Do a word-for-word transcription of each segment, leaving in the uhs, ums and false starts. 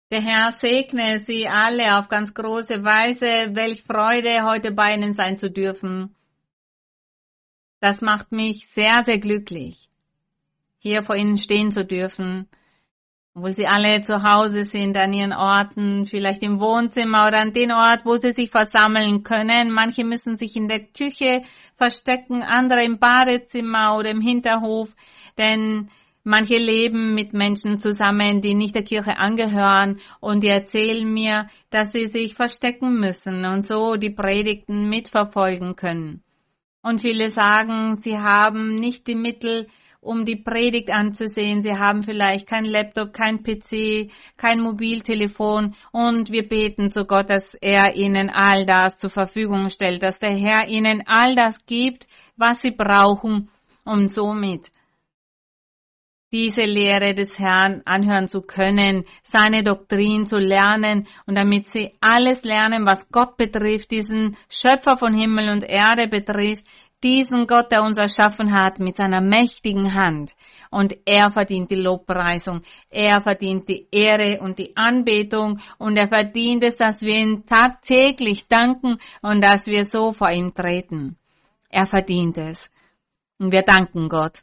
Der Herr segne Sie alle auf ganz große Weise. Welch Freude, heute bei Ihnen sein zu dürfen. Das macht mich sehr, sehr glücklich, hier vor Ihnen stehen zu dürfen, obwohl Sie alle zu Hause sind, an Ihren Orten, vielleicht im Wohnzimmer oder an den Ort, wo Sie sich versammeln können. Manche müssen sich in der Küche verstecken, andere im Badezimmer oder im Hinterhof, denn manche leben mit Menschen zusammen, die nicht der Kirche angehören, und die erzählen mir, dass sie sich verstecken müssen und so die Predigten mitverfolgen können. Und viele sagen, sie haben nicht die Mittel, um die Predigt anzusehen. Sie haben vielleicht kein Laptop, kein P C, kein Mobiltelefon, und wir beten zu Gott, dass er ihnen all das zur Verfügung stellt, dass der Herr ihnen all das gibt, was sie brauchen, um somit diese Lehre des Herrn anhören zu können, seine Doktrin zu lernen, und damit sie alles lernen, was Gott betrifft, diesen Schöpfer von Himmel und Erde betrifft, diesen Gott, der uns erschaffen hat mit seiner mächtigen Hand. Und er verdient die Lobpreisung, er verdient die Ehre und die Anbetung, und er verdient es, dass wir ihm tagtäglich danken und dass wir so vor ihm treten. Er verdient es. Und wir danken Gott.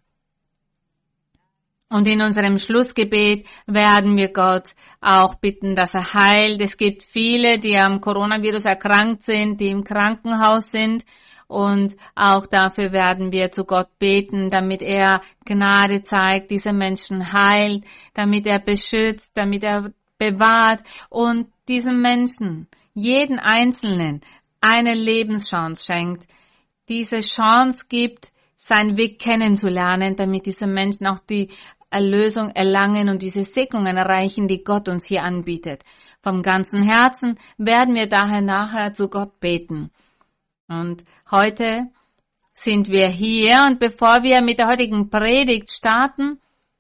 Und in unserem Schlussgebet werden wir Gott auch bitten, dass er heilt. Es gibt viele, die am Coronavirus erkrankt sind, die im Krankenhaus sind. Und auch dafür werden wir zu Gott beten, damit er Gnade zeigt, diese Menschen heilt, damit er beschützt, damit er bewahrt und diesen Menschen, jeden Einzelnen, eine Lebenschance schenkt, diese Chance gibt, seinen Weg kennenzulernen, damit diese Menschen auch die Erlösung erlangen und diese Segnungen erreichen, die Gott uns hier anbietet. Vom ganzen Herzen werden wir daher nachher zu Gott beten. Und heute sind wir hier, und bevor wir mit der heutigen Predigt starten,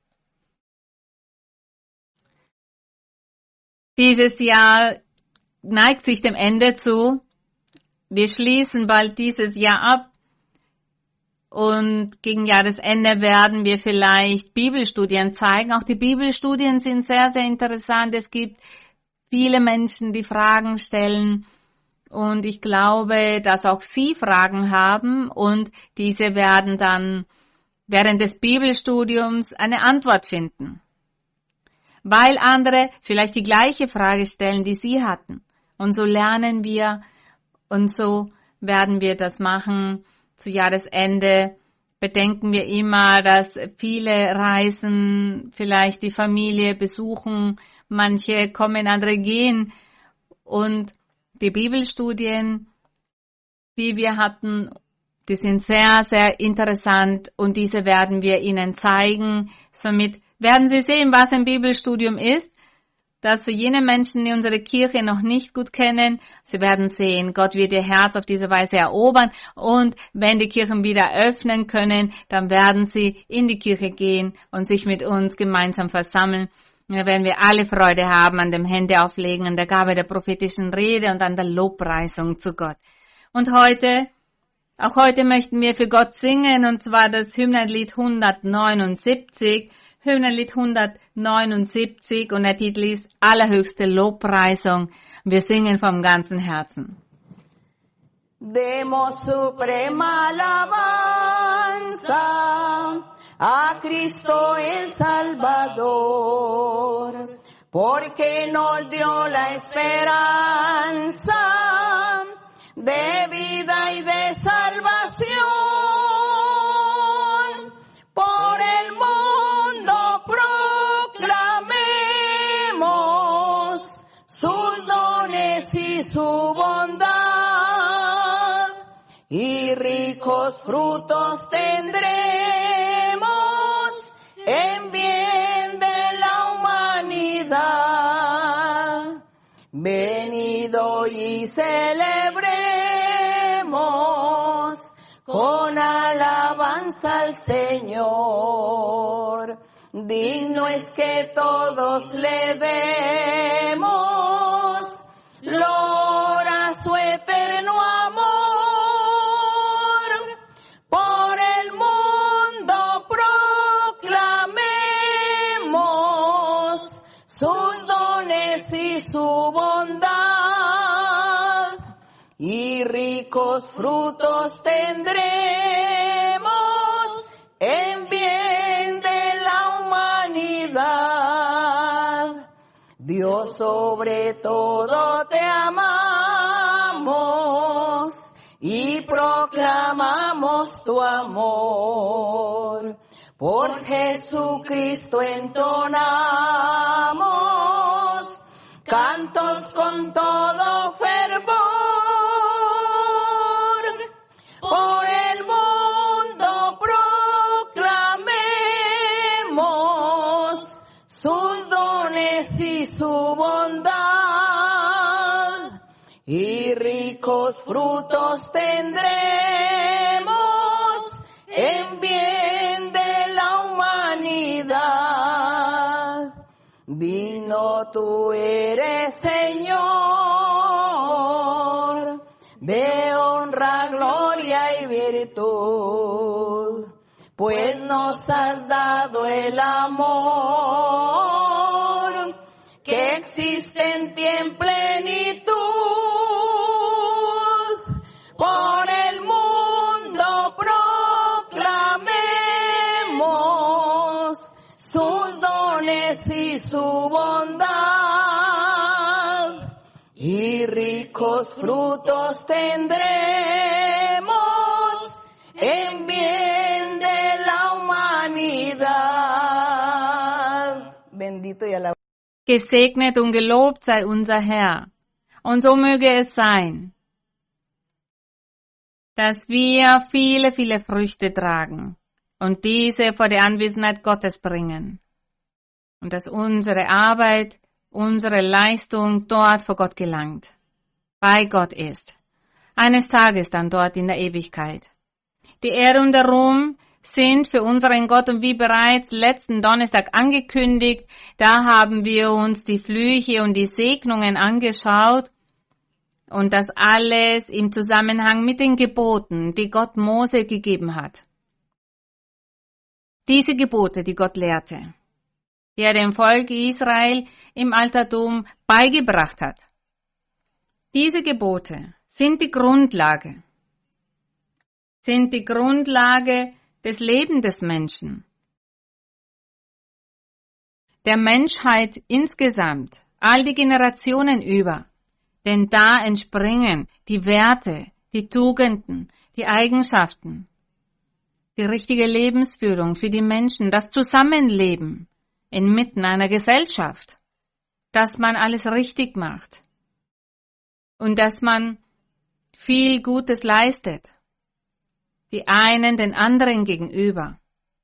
dieses Jahr neigt sich dem Ende zu. Wir schließen bald dieses Jahr ab. Und gegen Jahresende werden wir vielleicht Bibelstudien zeigen. Auch die Bibelstudien sind sehr, sehr interessant. Es gibt viele Menschen, die Fragen stellen. Und ich glaube, dass auch Sie Fragen haben. Und diese werden dann während des Bibelstudiums eine Antwort finden. Weil andere vielleicht die gleiche Frage stellen, die Sie hatten. Und so lernen wir, und so werden wir das machen. Zu Jahresende bedenken wir immer, dass viele reisen, vielleicht die Familie besuchen, manche kommen, andere gehen. Und die Bibelstudien, die wir hatten, die sind sehr, sehr interessant, und diese werden wir Ihnen zeigen. Somit werden Sie sehen, was ein Bibelstudium ist. Das für jene Menschen, die unsere Kirche noch nicht gut kennen, sie werden sehen, Gott wird ihr Herz auf diese Weise erobern, und wenn die Kirchen wieder öffnen können, dann werden sie in die Kirche gehen und sich mit uns gemeinsam versammeln. Und da werden wir alle Freude haben an dem Händeauflegen, an der Gabe der prophetischen Rede und an der Lobpreisung zu Gott. Und heute, auch heute möchten wir für Gott singen, und zwar das Hymnenlied hundertneunundsiebzig, Hymnenlied hundertneunundsiebzig, und der Titel ist Allerhöchste Lobpreisung. Wir singen vom ganzen Herzen. Demos suprema alabanza a Cristo el Salvador, porque nos dio la esperanza de vida y de salvación. Por el mundo proclamemos sus dones y su bondad, y ricos frutos tendremos en bien de la humanidad. Venido y celebremos con alabanza al Señor. Digno es que todos le demos gloria a su eterno amor. Por el mundo proclamemos sus dones y su bondad, y ricos frutos tendremos en bien de la humanidad. Dios, sobre todo te amamos y proclamamos tu amor. Por Jesucristo entonamos cantos con todo fervor. Por el mundo proclamemos sus dones y su bondad, y ricos frutos tendremos en bien de la humanidad. Digno tú eres, Señor, de honra, gloria y virtud, pues nos has dado el amor que existe en ti en plenitud. Por el mundo proclamemos sus dones y su bondad, y ricos frutos tendremos en bien de la humanidad. Bendito y alabado. Gesegnet und gelobt sei unser Herr. Und so möge es sein, dass wir viele, viele Früchte tragen und diese vor die Anwesenheit Gottes bringen. Und dass unsere Arbeit, unsere Leistung dort vor Gott gelangt, bei Gott ist. Eines Tages dann dort in der Ewigkeit. Die Ehre und der Ruhm sind für unseren Gott, und wie bereits letzten Donnerstag angekündigt, da haben wir uns die Flüche und die Segnungen angeschaut und das alles im Zusammenhang mit den Geboten, die Gott Mose gegeben hat. Diese Gebote, die Gott lehrte, die er dem Volk Israel im Altertum beigebracht hat. Diese Gebote sind die Grundlage, sind die Grundlage des Lebens des Menschen, der Menschheit insgesamt, all die Generationen über, denn da entspringen die Werte, die Tugenden, die Eigenschaften, die richtige Lebensführung für die Menschen, das Zusammenleben inmitten einer Gesellschaft, dass man alles richtig macht und dass man viel Gutes leistet, die einen den anderen gegenüber,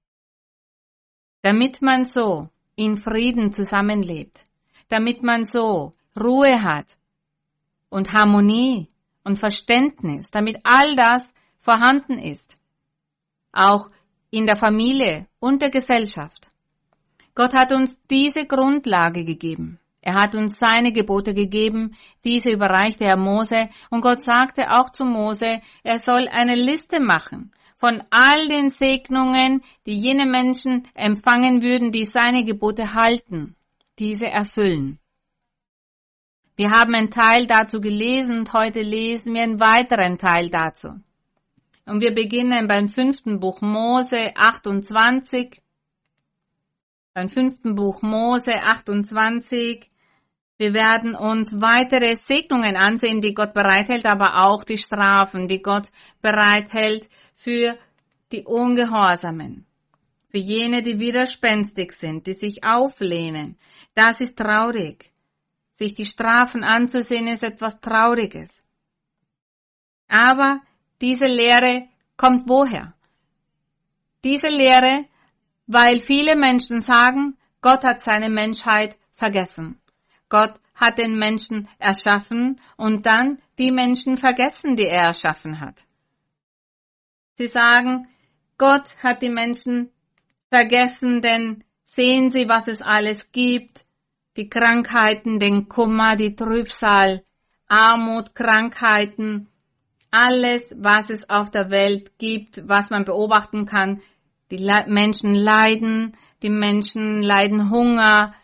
damit man so in Frieden zusammenlebt, damit man so Ruhe hat und Harmonie und Verständnis, damit all das vorhanden ist, auch in der Familie und der Gesellschaft. Gott hat uns diese Grundlage gegeben. Er hat uns seine Gebote gegeben, diese überreichte er Mose, und Gott sagte auch zu Mose, er soll eine Liste machen von all den Segnungen, die jene Menschen empfangen würden, die seine Gebote halten, diese erfüllen. Wir haben einen Teil dazu gelesen und heute lesen wir einen weiteren Teil dazu. Und wir beginnen beim fünften Buch Mose achtundzwanzig. Beim fünften Buch Mose achtundzwanzig. Wir werden uns weitere Segnungen ansehen, die Gott bereithält, aber auch die Strafen, die Gott bereithält für die Ungehorsamen, für jene, die widerspenstig sind, die sich auflehnen. Das ist traurig. Sich die Strafen anzusehen, ist etwas Trauriges. Aber diese Lehre kommt woher? Diese Lehre, weil viele Menschen sagen, Gott hat seine Menschheit vergessen. Gott hat den Menschen erschaffen und dann die Menschen vergessen, die er erschaffen hat. Sie sagen, Gott hat die Menschen vergessen, denn sehen Sie, was es alles gibt, die Krankheiten, den Kummer, die Trübsal, Armut, Krankheiten, alles, was es auf der Welt gibt, was man beobachten kann. Die Le- Menschen leiden, die Menschen leiden Hunger,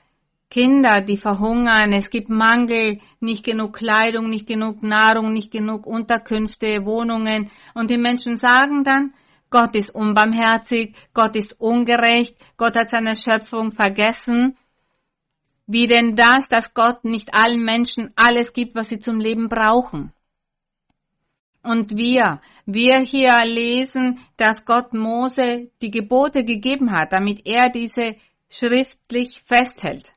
Kinder, die verhungern, es gibt Mangel, nicht genug Kleidung, nicht genug Nahrung, nicht genug Unterkünfte, Wohnungen. Und die Menschen sagen dann, Gott ist unbarmherzig, Gott ist ungerecht, Gott hat seine Schöpfung vergessen. Wie denn das, dass Gott nicht allen Menschen alles gibt, was sie zum Leben brauchen? Und wir, wir hier lesen, dass Gott Mose die Gebote gegeben hat, damit er diese schriftlich festhält.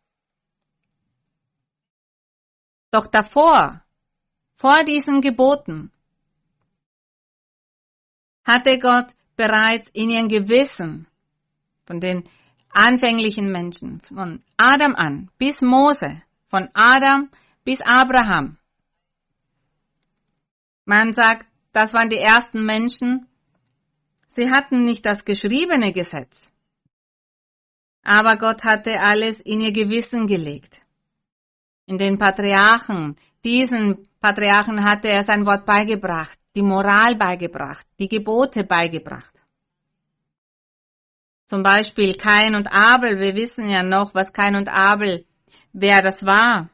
Doch davor, vor diesen Geboten, hatte Gott bereits in ihrem Gewissen von den anfänglichen Menschen, von Adam an bis Mose, von Adam bis Abraham. Man sagt, das waren die ersten Menschen, sie hatten nicht das geschriebene Gesetz, aber Gott hatte alles in ihr Gewissen gelegt. In den Patriarchen, diesen Patriarchen hatte er sein Wort beigebracht, die Moral beigebracht, die Gebote beigebracht. Zum Beispiel Kain und Abel, wir wissen ja noch, was Kain und Abel, wer das war.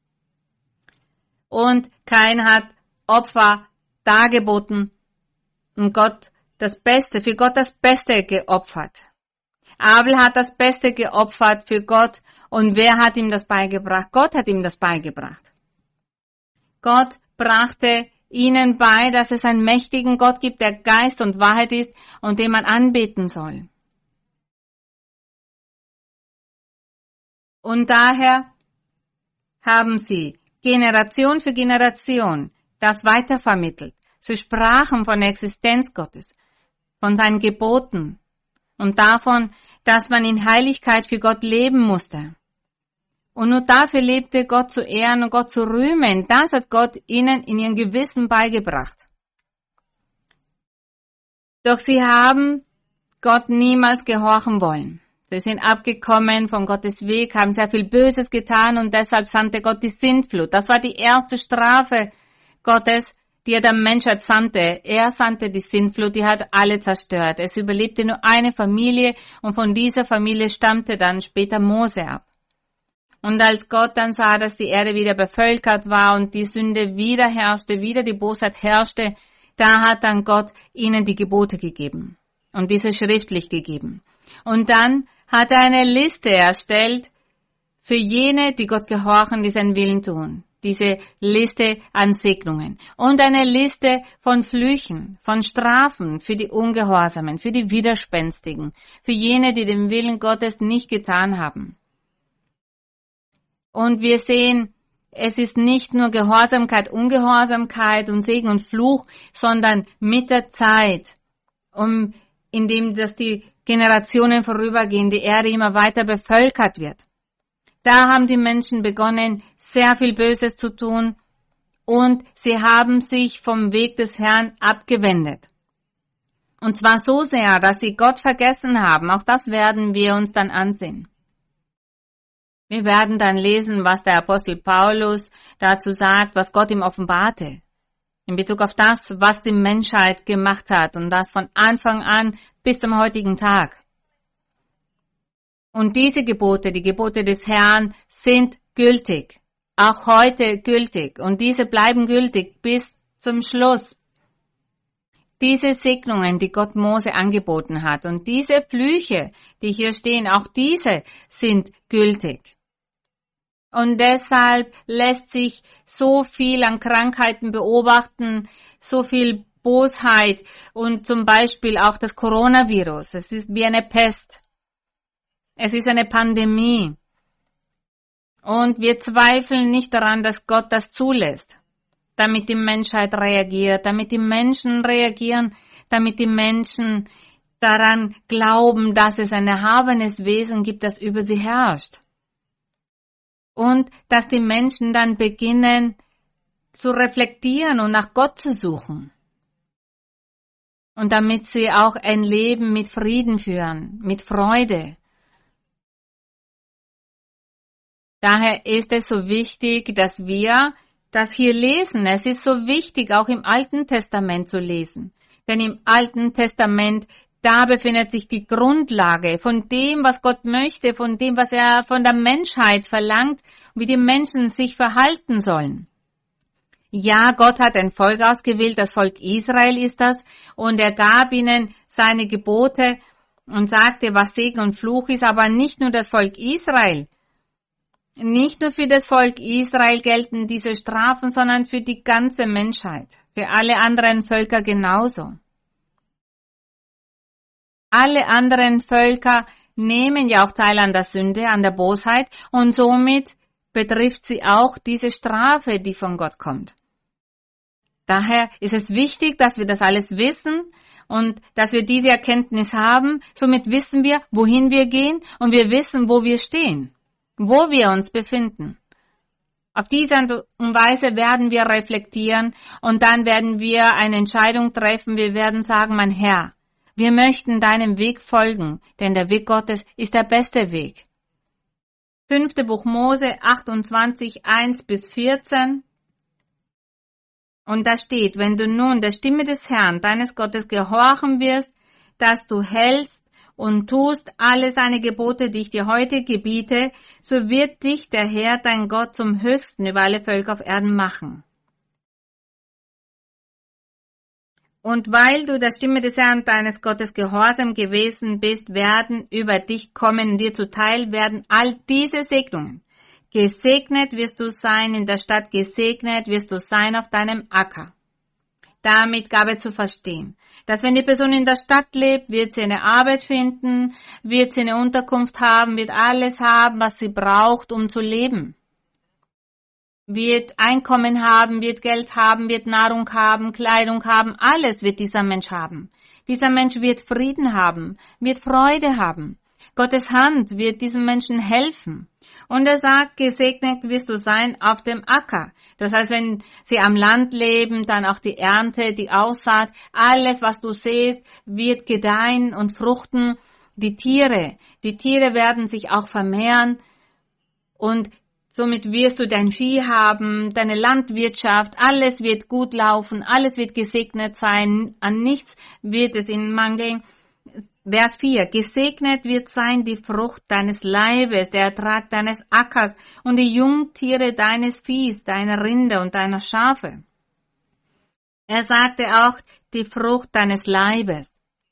Und Kain hat Opfer dargeboten und Gott das Beste, für Gott das Beste geopfert. Abel hat das Beste geopfert für Gott. Und wer hat ihm das beigebracht? Gott hat ihm das beigebracht. Gott brachte ihnen bei, dass es einen mächtigen Gott gibt, der Geist und Wahrheit ist und den man anbeten soll. Und daher haben sie Generation für Generation das weitervermittelt. Sie sprachen von der Existenz Gottes, von seinen Geboten und davon, dass man in Heiligkeit für Gott leben musste. Und nur dafür lebte Gott zu ehren und Gott zu rühmen. Das hat Gott ihnen in ihrem Gewissen beigebracht. Doch sie haben Gott niemals gehorchen wollen. Sie sind abgekommen von Gottes Weg, haben sehr viel Böses getan und deshalb sandte Gott die Sintflut. Das war die erste Strafe Gottes, die er der Menschheit sandte. Er sandte die Sintflut, die hat alle zerstört. Es überlebte nur eine Familie und von dieser Familie stammte dann später Mose ab. Und als Gott dann sah, dass die Erde wieder bevölkert war und die Sünde wieder herrschte, wieder die Bosheit herrschte, da hat dann Gott ihnen die Gebote gegeben und diese schriftlich gegeben. Und dann hat er eine Liste erstellt für jene, die Gott gehorchen, die seinen Willen tun. Diese Liste an Segnungen. Und eine Liste von Flüchen, von Strafen für die Ungehorsamen, für die Widerspenstigen, für jene, die den Willen Gottes nicht getan haben. Und wir sehen, es ist nicht nur Gehorsamkeit, Ungehorsamkeit und Segen und Fluch, sondern mit der Zeit, um, indem dass die Generationen vorübergehen, die Erde immer weiter bevölkert wird. Da haben die Menschen begonnen, sehr viel Böses zu tun und sie haben sich vom Weg des Herrn abgewendet. Und zwar so sehr, dass sie Gott vergessen haben. Auch das werden wir uns dann ansehen. Wir werden dann lesen, was der Apostel Paulus dazu sagt, was Gott ihm offenbarte. In Bezug auf das, was die Menschheit gemacht hat und das von Anfang an bis zum heutigen Tag. Und diese Gebote, die Gebote des Herrn, sind gültig. Auch heute gültig. Und diese bleiben gültig bis zum Schluss. Diese Segnungen, die Gott Mose angeboten hat und diese Flüche, die hier stehen, auch diese sind gültig. Und deshalb lässt sich so viel an Krankheiten beobachten, so viel Bosheit und zum Beispiel auch das Coronavirus. Es ist wie eine Pest. Es ist eine Pandemie. Und wir zweifeln nicht daran, dass Gott das zulässt, damit die Menschheit reagiert, damit die Menschen reagieren, damit die Menschen daran glauben, dass es ein erhabenes Wesen gibt, das über sie herrscht. Und dass die Menschen dann beginnen zu reflektieren und nach Gott zu suchen. Und damit sie auch ein Leben mit Frieden führen, mit Freude. Daher ist es so wichtig, dass wir das hier lesen. Es ist so wichtig, auch im Alten Testament zu lesen. Denn im Alten Testament Da befindet sich die Grundlage von dem, was Gott möchte, von dem, was er von der Menschheit verlangt, wie die Menschen sich verhalten sollen. Ja, Gott hat ein Volk ausgewählt, das Volk Israel ist das, und er gab ihnen seine Gebote und sagte, was Segen und Fluch ist, aber nicht nur das Volk Israel. Nicht nur für das Volk Israel gelten diese Strafen, sondern für die ganze Menschheit, für alle anderen Völker genauso. Alle anderen Völker nehmen ja auch teil an der Sünde, an der Bosheit, und somit betrifft sie auch diese Strafe, die von Gott kommt. Daher ist es wichtig, dass wir das alles wissen und dass wir diese Erkenntnis haben. Somit wissen wir, wohin wir gehen, und wir wissen, wo wir stehen, wo wir uns befinden. Auf diese Weise werden wir reflektieren und dann werden wir eine Entscheidung treffen. Wir werden sagen, mein Herr, wir möchten deinem Weg folgen, denn der Weg Gottes ist der beste Weg. Fünfte Buch Mose achtundzwanzig, eins bis vierzehn. Und da steht, wenn du nun der Stimme des Herrn, deines Gottes, gehorchen wirst, dass du hältst und tust alle seine Gebote, die ich dir heute gebiete, so wird dich der Herr, dein Gott, zum Höchsten über alle Völker auf Erden machen. Und weil du der Stimme des Herrn, deines Gottes, gehorsam gewesen bist, werden über dich kommen und dir zuteil werden all diese Segnungen. Gesegnet wirst du sein in der Stadt, gesegnet wirst du sein auf deinem Acker. Damit gab er zu verstehen, dass wenn die Person in der Stadt lebt, wird sie eine Arbeit finden, wird sie eine Unterkunft haben, wird alles haben, was sie braucht, um zu leben. Wird Einkommen haben, wird Geld haben, wird Nahrung haben, Kleidung haben, alles wird dieser Mensch haben. Dieser Mensch wird Frieden haben, wird Freude haben. Gottes Hand wird diesem Menschen helfen. Und er sagt, gesegnet wirst du sein auf dem Acker. Das heißt, wenn sie am Land leben, dann auch die Ernte, die Aussaat, alles, was du siehst, wird gedeihen und fruchten. Die Tiere, die Tiere werden sich auch vermehren und somit wirst du dein Vieh haben, deine Landwirtschaft, alles wird gut laufen, alles wird gesegnet sein, an nichts wird es ihnen mangeln. Vers vier. Gesegnet wird sein die Frucht deines Leibes, der Ertrag deines Ackers und die Jungtiere deines Viehs, deiner Rinder und deiner Schafe. Er sagte auch die Frucht deines Leibes.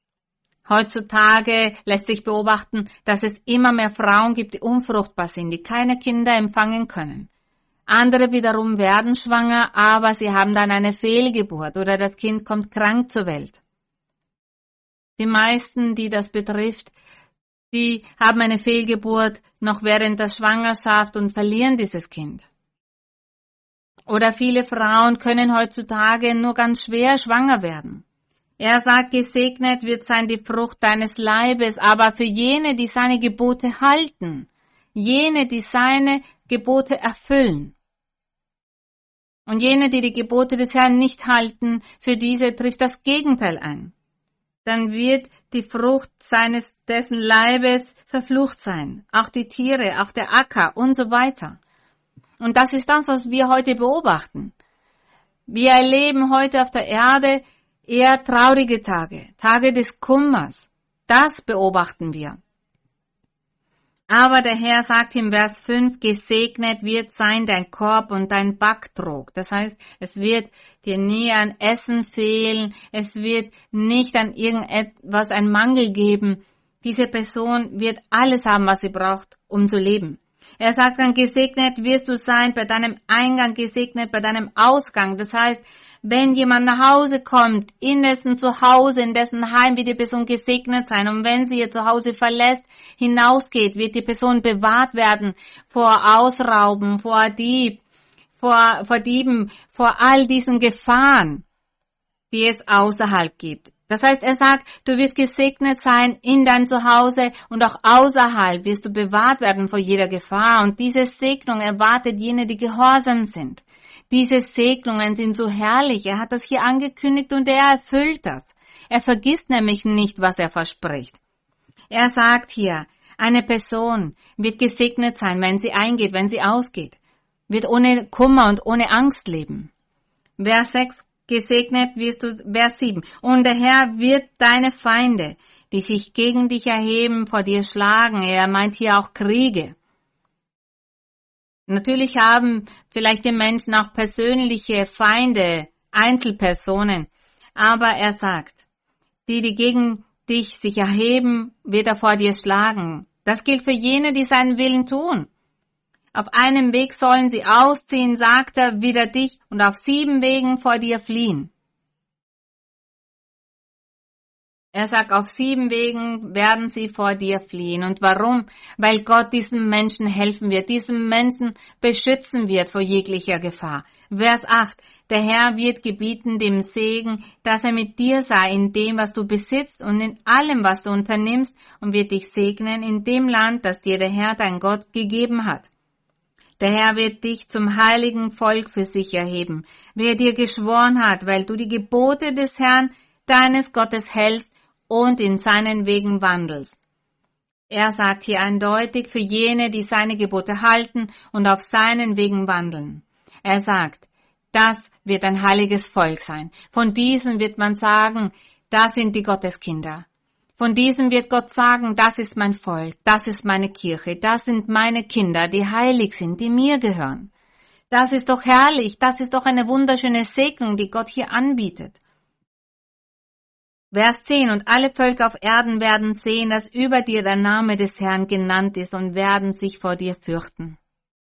Heutzutage lässt sich beobachten, dass es immer mehr Frauen gibt, die unfruchtbar sind, die keine Kinder empfangen können. Andere wiederum werden schwanger, aber sie haben dann eine Fehlgeburt oder das Kind kommt krank zur Welt. Die meisten, die das betrifft, die haben eine Fehlgeburt noch während der Schwangerschaft und verlieren dieses Kind. Oder viele Frauen können heutzutage nur ganz schwer schwanger werden. Er sagt, gesegnet wird sein die Frucht deines Leibes, aber für jene, die seine Gebote halten, jene, die seine Gebote erfüllen. Und jene, die die Gebote des Herrn nicht halten, für diese trifft das Gegenteil ein. Dann wird die Frucht seines, dessen Leibes verflucht sein. Auch die Tiere, auch der Acker und so weiter. Und das ist das, was wir heute beobachten. Wir erleben heute auf der Erde eher traurige Tage, Tage des Kummers. Das beobachten wir. Aber der Herr sagt im Vers fünf, gesegnet wird sein dein Korb und dein Backtrog. Das heißt, es wird dir nie an Essen fehlen, es wird nicht an irgendetwas einen Mangel geben. Diese Person wird alles haben, was sie braucht, um zu leben. Er sagt dann, gesegnet wirst du sein bei deinem Eingang, gesegnet bei deinem Ausgang. Das heißt, wenn jemand nach Hause kommt, in dessen Zuhause, in dessen Heim, wird die Person gesegnet sein. Und wenn sie ihr Zuhause verlässt, hinausgeht, wird die Person bewahrt werden vor Ausrauben, vor Dieb, vor, vor Dieben, vor all diesen Gefahren, die es außerhalb gibt. Das heißt, er sagt, du wirst gesegnet sein in dein Zuhause und auch außerhalb wirst du bewahrt werden vor jeder Gefahr. Und diese Segnung erwartet jene, die gehorsam sind. Diese Segnungen sind so herrlich. Er hat das hier angekündigt und er erfüllt das. Er vergisst nämlich nicht, was er verspricht. Er sagt hier, eine Person wird gesegnet sein, wenn sie eingeht, wenn sie ausgeht, wird ohne Kummer und ohne Angst leben. Vers sechs, gesegnet wirst du, Vers sieben. Und der Herr wird deine Feinde, die sich gegen dich erheben, vor dir schlagen. Er meint hier auch Kriege. Natürlich haben vielleicht die Menschen auch persönliche Feinde, Einzelpersonen. Aber er sagt, die, die gegen dich sich erheben, wird er vor dir schlagen. Das gilt für jene, die seinen Willen tun. Auf einem Weg sollen sie ausziehen, sagt er, wider dich, und auf sieben Wegen vor dir fliehen. Er sagt, auf sieben Wegen werden sie vor dir fliehen. Und warum? Weil Gott diesem Menschen helfen wird, diesem Menschen beschützen wird vor jeglicher Gefahr. Vers acht. Der Herr wird gebieten dem Segen, dass er mit dir sei in dem, was du besitzt und in allem, was du unternimmst, und wird dich segnen in dem Land, das dir der Herr, dein Gott, gegeben hat. Der Herr wird dich zum heiligen Volk für sich erheben, wie er dir geschworen hat, weil du die Gebote des Herrn, deines Gottes, hältst und in seinen Wegen wandelst. Er sagt hier eindeutig für jene, die seine Gebote halten und auf seinen Wegen wandeln. Er sagt, das wird ein heiliges Volk sein. Von diesen wird man sagen, das sind die Gotteskinder. Von diesem wird Gott sagen, das ist mein Volk, das ist meine Kirche, das sind meine Kinder, die heilig sind, die mir gehören. Das ist doch herrlich, das ist doch eine wunderschöne Segnung, die Gott hier anbietet. Vers zehn. Und alle Völker auf Erden werden sehen, dass über dir der Name des Herrn genannt ist und werden sich vor dir fürchten.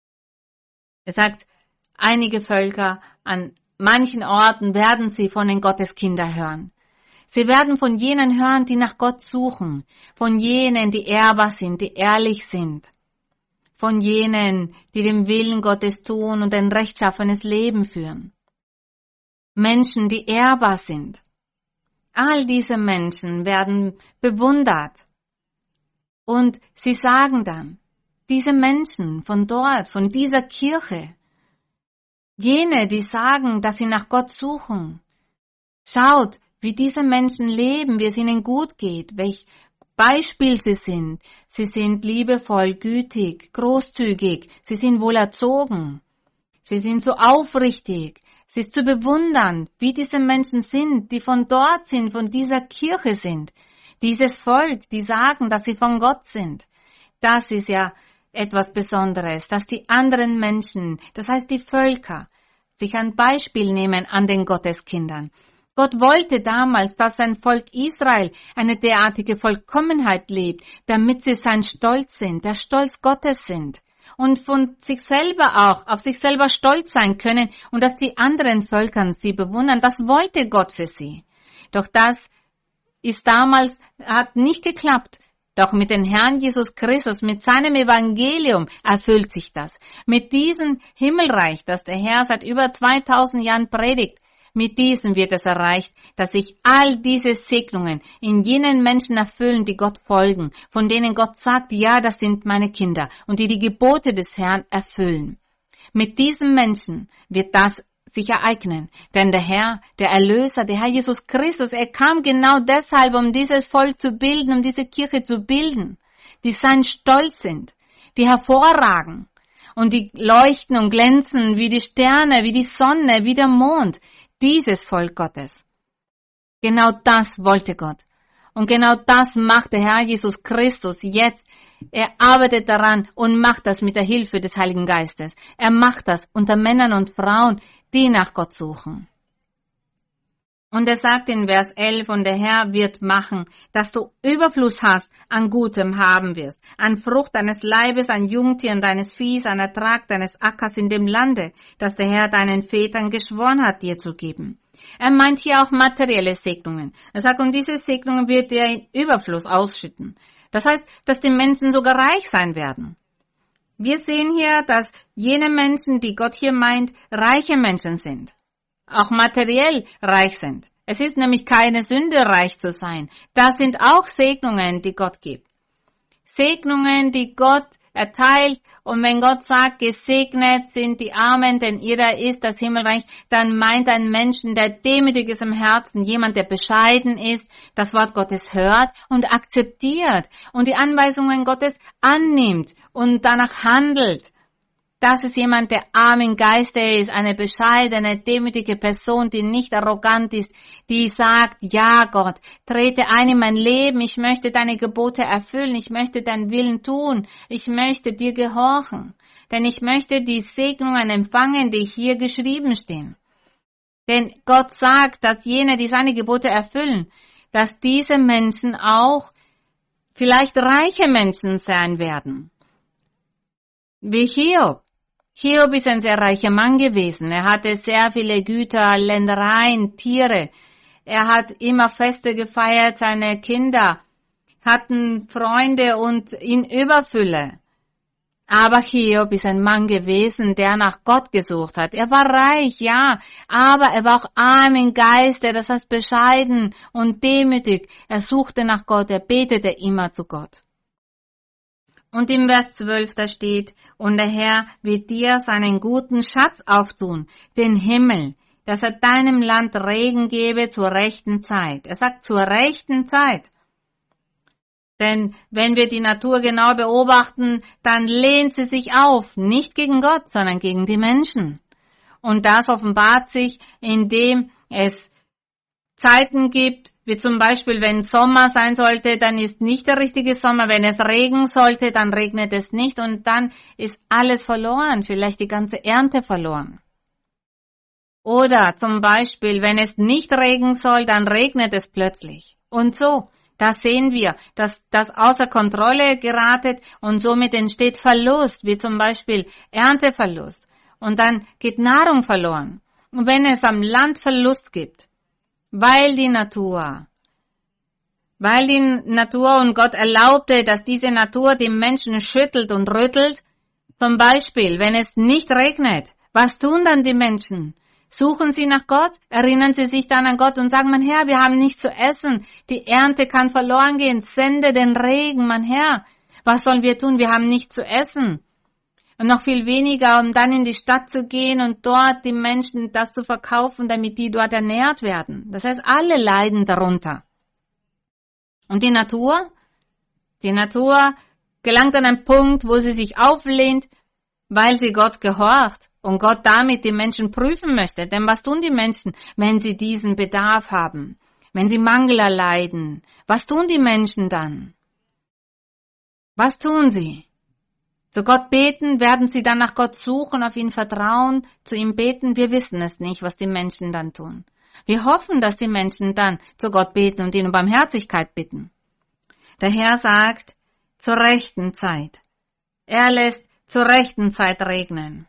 Er sagt, einige Völker an manchen Orten werden sie von den Gotteskinder hören. Sie werden von jenen hören, die nach Gott suchen, von jenen, die ehrbar sind, die ehrlich sind, von jenen, die den Willen Gottes tun und ein rechtschaffenes Leben führen. Menschen, die ehrbar sind. All diese Menschen werden bewundert. Und sie sagen dann, diese Menschen von dort, von dieser Kirche, jene, die sagen, dass sie nach Gott suchen, schaut, wie diese Menschen leben, wie es ihnen gut geht, welch Beispiel sie sind. Sie sind liebevoll, gütig, großzügig, sie sind wohlerzogen, sie sind so aufrichtig. Es ist zu bewundern, wie diese Menschen sind, die von dort sind, von dieser Kirche sind. Dieses Volk, die sagen, dass sie von Gott sind. Das ist ja etwas Besonderes, dass die anderen Menschen, das heißt die Völker, sich ein Beispiel nehmen an den Gotteskindern. Gott wollte damals, dass sein Volk Israel eine derartige Vollkommenheit lebt, damit sie sein Stolz sind, der Stolz Gottes sind. Und von sich selber auch, auf sich selber stolz sein können und dass die anderen Völkern sie bewundern. Das wollte Gott für sie. Doch das ist damals, hat nicht geklappt. Doch mit dem Herrn Jesus Christus, mit seinem Evangelium erfüllt sich das. Mit diesem Himmelreich, das der Herr seit über zweitausend Jahren predigt, mit diesem wird es erreicht, dass sich all diese Segnungen in jenen Menschen erfüllen, die Gott folgen, von denen Gott sagt, ja, das sind meine Kinder, und die die Gebote des Herrn erfüllen. Mit diesen Menschen wird das sich ereignen, denn der Herr, der Erlöser, der Herr Jesus Christus, er kam genau deshalb, um dieses Volk zu bilden, um diese Kirche zu bilden, die sein Stolz sind, die hervorragen und die leuchten und glänzen wie die Sterne, wie die Sonne, wie der Mond. Dieses Volk Gottes. Genau das wollte Gott. Und genau das macht der Herr Jesus Christus jetzt. Er arbeitet daran und macht das mit der Hilfe des Heiligen Geistes. Er macht das unter Männern und Frauen, die nach Gott suchen. Und er sagt in Vers elf, und der Herr wird machen, dass du Überfluss hast, an Gutem haben wirst, an Frucht deines Leibes, an Jungtieren deines Viehs, an Ertrag deines Ackers in dem Lande, das der Herr deinen Vätern geschworen hat, dir zu geben. Er meint hier auch materielle Segnungen. Er sagt, und diese Segnungen wird er in Überfluss ausschütten. Das heißt, dass die Menschen sogar reich sein werden. Wir sehen hier, dass jene Menschen, die Gott hier meint, reiche Menschen sind. Auch materiell reich sind. Es ist nämlich keine Sünde, reich zu sein. Das sind auch Segnungen, die Gott gibt. Segnungen, die Gott erteilt. Und wenn Gott sagt, gesegnet sind die Armen, denn ihrer ist das Himmelreich, dann meint ein Menschen, der demütig ist im Herzen, jemand, der bescheiden ist, das Wort Gottes hört und akzeptiert und die Anweisungen Gottes annimmt und danach handelt. Das ist jemand, der arm im Geiste ist, eine bescheidene, demütige Person, die nicht arrogant ist, die sagt, ja Gott, trete ein in mein Leben, ich möchte deine Gebote erfüllen, ich möchte deinen Willen tun, ich möchte dir gehorchen, denn ich möchte die Segnungen empfangen, die hier geschrieben stehen. Denn Gott sagt, dass jene, die seine Gebote erfüllen, dass diese Menschen auch vielleicht reiche Menschen sein werden. Wie Hiob. Hiob ist ein sehr reicher Mann gewesen. Er hatte sehr viele Güter, Ländereien, Tiere. Er hat immer Feste gefeiert, seine Kinder hatten Freunde und in Überfülle. Aber Hiob ist ein Mann gewesen, der nach Gott gesucht hat. Er war reich, ja, aber er war auch arm im Geiste, das heißt bescheiden und demütig. Er suchte nach Gott, er betete immer zu Gott. Und im Vers zwölf, da steht, und der Herr wird dir seinen guten Schatz auftun, den Himmel, dass er deinem Land Regen gebe zur rechten Zeit. Er sagt zur rechten Zeit. Denn wenn wir die Natur genau beobachten, dann lehnt sie sich auf, nicht gegen Gott, sondern gegen die Menschen. Und das offenbart sich, indem es Zeiten gibt, wie zum Beispiel, wenn Sommer sein sollte, dann ist nicht der richtige Sommer. Wenn es regnen sollte, dann regnet es nicht und dann ist alles verloren, vielleicht die ganze Ernte verloren. Oder zum Beispiel, wenn es nicht regnen soll, dann regnet es plötzlich. Und so. Da sehen wir, dass das außer Kontrolle geratet und somit entsteht Verlust, wie zum Beispiel Ernteverlust. Und dann geht Nahrung verloren. Und wenn es am Land Verlust gibt, weil die Natur, weil die Natur und Gott erlaubte, dass diese Natur die Menschen schüttelt und rüttelt, zum Beispiel, wenn es nicht regnet, was tun dann die Menschen? Suchen sie nach Gott, erinnern sie sich dann an Gott und sagen, mein Herr, wir haben nichts zu essen, die Ernte kann verloren gehen, sende den Regen, mein Herr, was sollen wir tun, wir haben nichts zu essen. Und noch viel weniger, um dann in die Stadt zu gehen und dort die Menschen das zu verkaufen, damit die dort ernährt werden. Das heißt, alle leiden darunter. Und die Natur? Die Natur gelangt an einen Punkt, wo sie sich auflehnt, weil sie Gott gehorcht. Und Gott damit die Menschen prüfen möchte. Denn was tun die Menschen, wenn sie diesen Bedarf haben? Wenn sie Mangel erleiden? Was tun die Menschen dann? Was tun sie? Zu Gott beten, werden sie dann nach Gott suchen, auf ihn vertrauen, zu ihm beten? Wir wissen es nicht, was die Menschen dann tun. Wir hoffen, dass die Menschen dann zu Gott beten und ihn um Barmherzigkeit bitten. Der Herr sagt, zur rechten Zeit. Er lässt zur rechten Zeit regnen.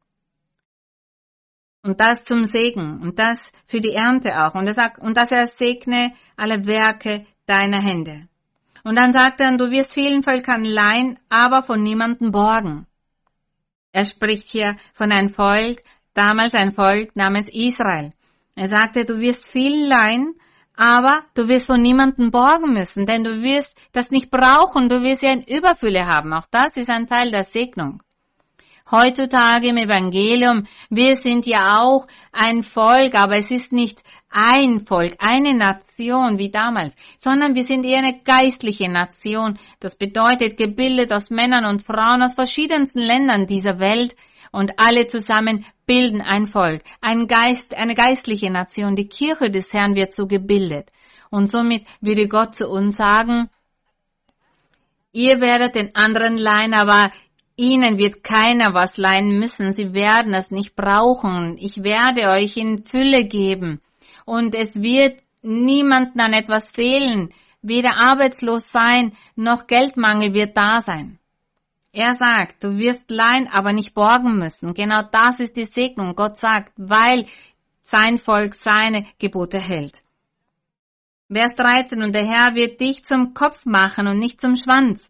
Und das zum Segen und das für die Ernte auch. Und er sagt, und dass er segne alle Werke deiner Hände. Und dann sagt er, du wirst vielen Völkern leihen, aber von niemandem borgen. Er spricht hier von einem Volk, damals ein Volk namens Israel. Er sagte, du wirst viel leihen, aber du wirst von niemandem borgen müssen, denn du wirst das nicht brauchen, du wirst ja eine Überfülle haben. Auch das ist ein Teil der Segnung. Heutzutage im Evangelium, wir sind ja auch ein Volk, aber es ist nicht ein Volk, eine Nation wie damals, sondern wir sind eher eine geistliche Nation. Das bedeutet, gebildet aus Männern und Frauen aus verschiedensten Ländern dieser Welt und alle zusammen bilden ein Volk, ein Geist, eine geistliche Nation. Die Kirche des Herrn wird so gebildet. Und somit würde Gott zu uns sagen, ihr werdet den anderen leihen, aber ihnen wird keiner was leihen müssen. Sie werden es nicht brauchen. Ich werde euch in Fülle geben. Und es wird niemandem an etwas fehlen. Weder arbeitslos sein, noch Geldmangel wird da sein. Er sagt, du wirst leihen, aber nicht borgen müssen. Genau das ist die Segnung. Gott sagt, weil sein Volk seine Gebote hält. Vers dreizehn, und der Herr wird dich zum Kopf machen und nicht zum Schwanz.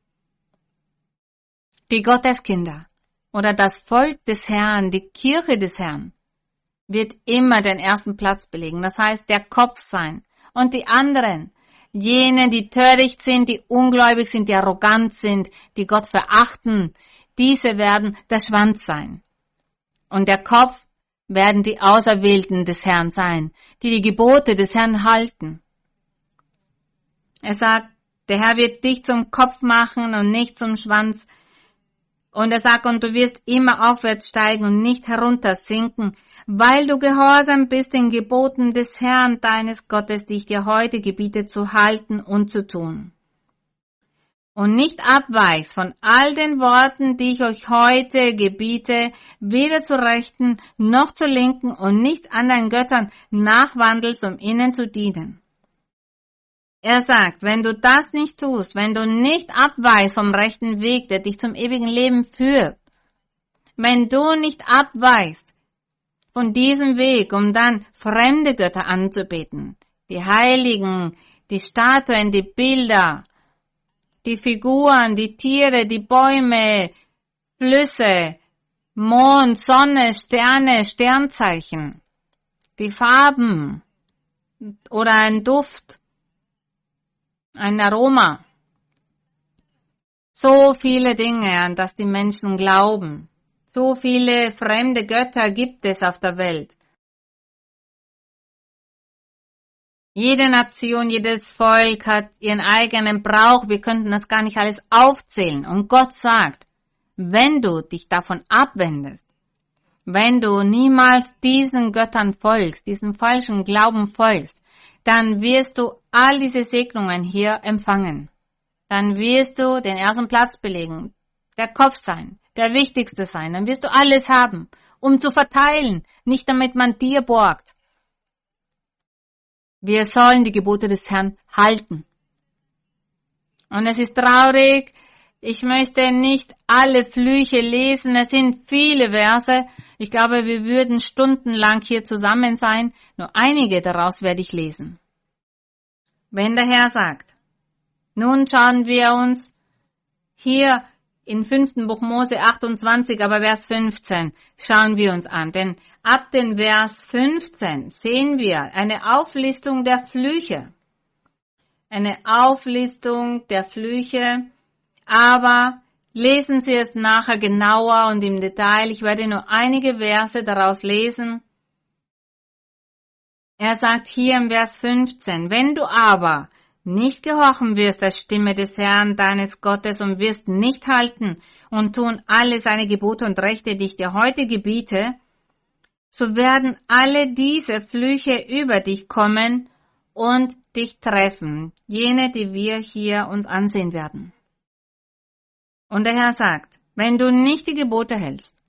Die Gotteskinder oder das Volk des Herrn, die Kirche des Herrn, wird immer den ersten Platz belegen. Das heißt, der Kopf sein. Und die anderen, jene, die töricht sind, die ungläubig sind, die arrogant sind, die Gott verachten, diese werden der Schwanz sein. Und der Kopf werden die Auserwählten des Herrn sein, die die Gebote des Herrn halten. Er sagt, der Herr wird dich zum Kopf machen und nicht zum Schwanz. Und er sagt, und du wirst immer aufwärts steigen und nicht herunter sinken, weil du gehorsam bist den Geboten des Herrn deines Gottes, die ich dir heute gebiete, zu halten und zu tun. Und nicht abweichst von all den Worten, die ich euch heute gebiete, weder zur Rechten noch zur Linken und nicht anderen Göttern nachwandelst, um ihnen zu dienen. Er sagt, wenn du das nicht tust, wenn du nicht abweichst vom rechten Weg, der dich zum ewigen Leben führt, wenn du nicht abweichst von diesem Weg, um dann fremde Götter anzubeten, die Heiligen, die Statuen, die Bilder, die Figuren, die Tiere, die Bäume, Flüsse, Mond, Sonne, Sterne, Sternzeichen, die Farben oder ein Duft, ein Aroma. So viele Dinge, an das die Menschen glauben. So viele fremde Götter gibt es auf der Welt. Jede Nation, jedes Volk hat ihren eigenen Brauch. Wir könnten das gar nicht alles aufzählen. Und Gott sagt, wenn du dich davon abwendest, wenn du niemals diesen Göttern folgst, diesem falschen Glauben folgst, dann wirst du all diese Segnungen hier empfangen. Dann wirst du den ersten Platz belegen, der Kopf sein, der Wichtigste sein. Dann wirst du alles haben, um zu verteilen, nicht damit man dir borgt. Wir sollen die Gebote des Herrn halten. Und es ist traurig, ich möchte nicht alle Flüche lesen, es sind viele Verse. Ich glaube, wir würden stundenlang hier zusammen sein, nur einige daraus werde ich lesen. Wenn der Herr sagt, nun schauen wir uns hier in fünften Buch Mose achtundzwanzig, aber Vers fünfzehn, schauen wir uns an. Denn ab den Vers fünfzehn sehen wir eine Auflistung der Flüche. Eine Auflistung der Flüche, aber lesen Sie es nachher genauer und im Detail. Ich werde nur einige Verse daraus lesen. Er sagt hier im Vers fünfzehn, wenn du aber nicht gehorchen wirst der Stimme des Herrn deines Gottes und wirst nicht halten und tun alle seine Gebote und Rechte, die ich dir heute gebiete, so werden alle diese Flüche über dich kommen und dich treffen, jene, die wir hier uns ansehen werden. Und der Herr sagt, wenn du nicht die Gebote hältst,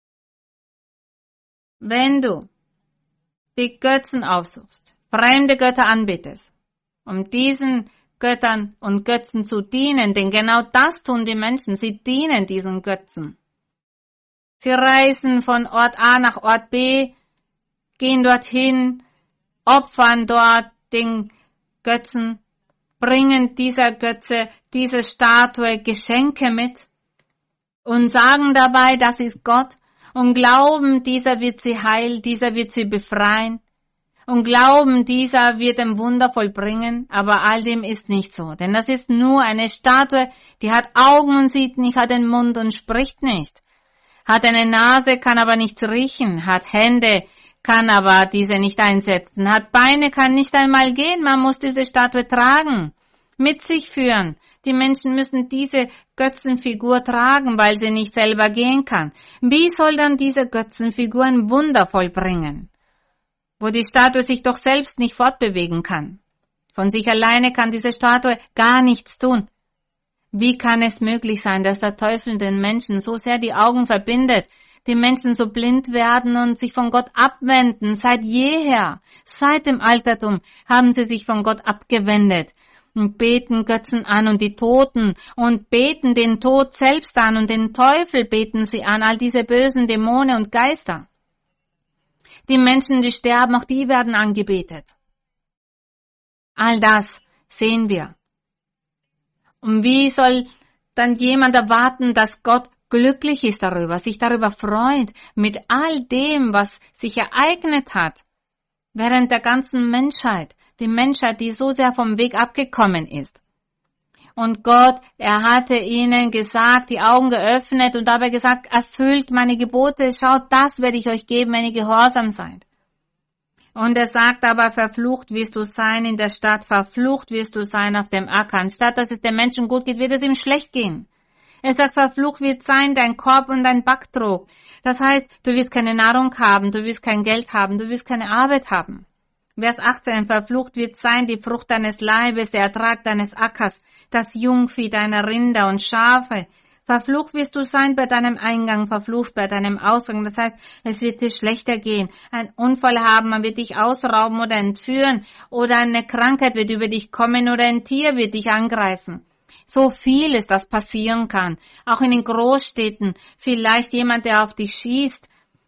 wenn du die Götzen aufsuchst, fremde Götter anbetest, um diesen Göttern und Götzen zu dienen, denn genau das tun die Menschen, sie dienen diesen Götzen. Sie reisen von Ort A nach Ort B, gehen dorthin, opfern dort den Götzen, bringen dieser Götze, diese Statue Geschenke mit und sagen dabei, das ist Gott und glauben, dieser wird sie heilen, dieser wird sie befreien. Und glauben, dieser wird ein Wunder vollbringen, aber all dem ist nicht so. Denn das ist nur eine Statue, die hat Augen und sieht nicht, hat einen Mund und spricht nicht. Hat eine Nase, kann aber nichts riechen, hat Hände, kann aber diese nicht einsetzen, hat Beine, kann nicht einmal gehen, man muss diese Statue tragen, mit sich führen. Die Menschen müssen diese Götzenfigur tragen, weil sie nicht selber gehen kann. Wie soll dann diese Götzenfigur ein Wunder vollbringen, wo die Statue sich doch selbst nicht fortbewegen kann? Von sich alleine kann diese Statue gar nichts tun. Wie kann es möglich sein, dass der Teufel den Menschen so sehr die Augen verbindet, die Menschen so blind werden und sich von Gott abwenden? Seit jeher, seit dem Altertum haben sie sich von Gott abgewendet und beten Götzen an und die Toten und beten den Tod selbst an und den Teufel beten sie an, all diese bösen Dämonen und Geister. Die Menschen, die sterben, auch die werden angebetet. All das sehen wir. Und wie soll dann jemand erwarten, dass Gott glücklich ist darüber, sich darüber freut, mit all dem, was sich ereignet hat, während der ganzen Menschheit, die Menschheit, die so sehr vom Weg abgekommen ist. Und Gott, er hatte ihnen gesagt, die Augen geöffnet und dabei gesagt, erfüllt meine Gebote, schaut, das werde ich euch geben, wenn ihr gehorsam seid. Und er sagt aber, verflucht wirst du sein in der Stadt, verflucht wirst du sein auf dem Acker. Anstatt dass es dem Menschen gut geht, wird es ihm schlecht gehen. Er sagt, verflucht wird sein dein Korb und dein Backtrog. Das heißt, du wirst keine Nahrung haben, du wirst kein Geld haben, du wirst keine Arbeit haben. Vers achtzehn, verflucht wird sein die Frucht deines Leibes, der Ertrag deines Ackers, das Jungvieh deiner Rinder und Schafe. Verflucht wirst du sein bei deinem Eingang, verflucht bei deinem Ausgang. Das heißt, es wird dir schlechter gehen, ein Unfall haben, man wird dich ausrauben oder entführen oder eine Krankheit wird über dich kommen oder ein Tier wird dich angreifen. So vieles, das passieren kann. Auch in den Großstädten, vielleicht jemand, der auf dich schießt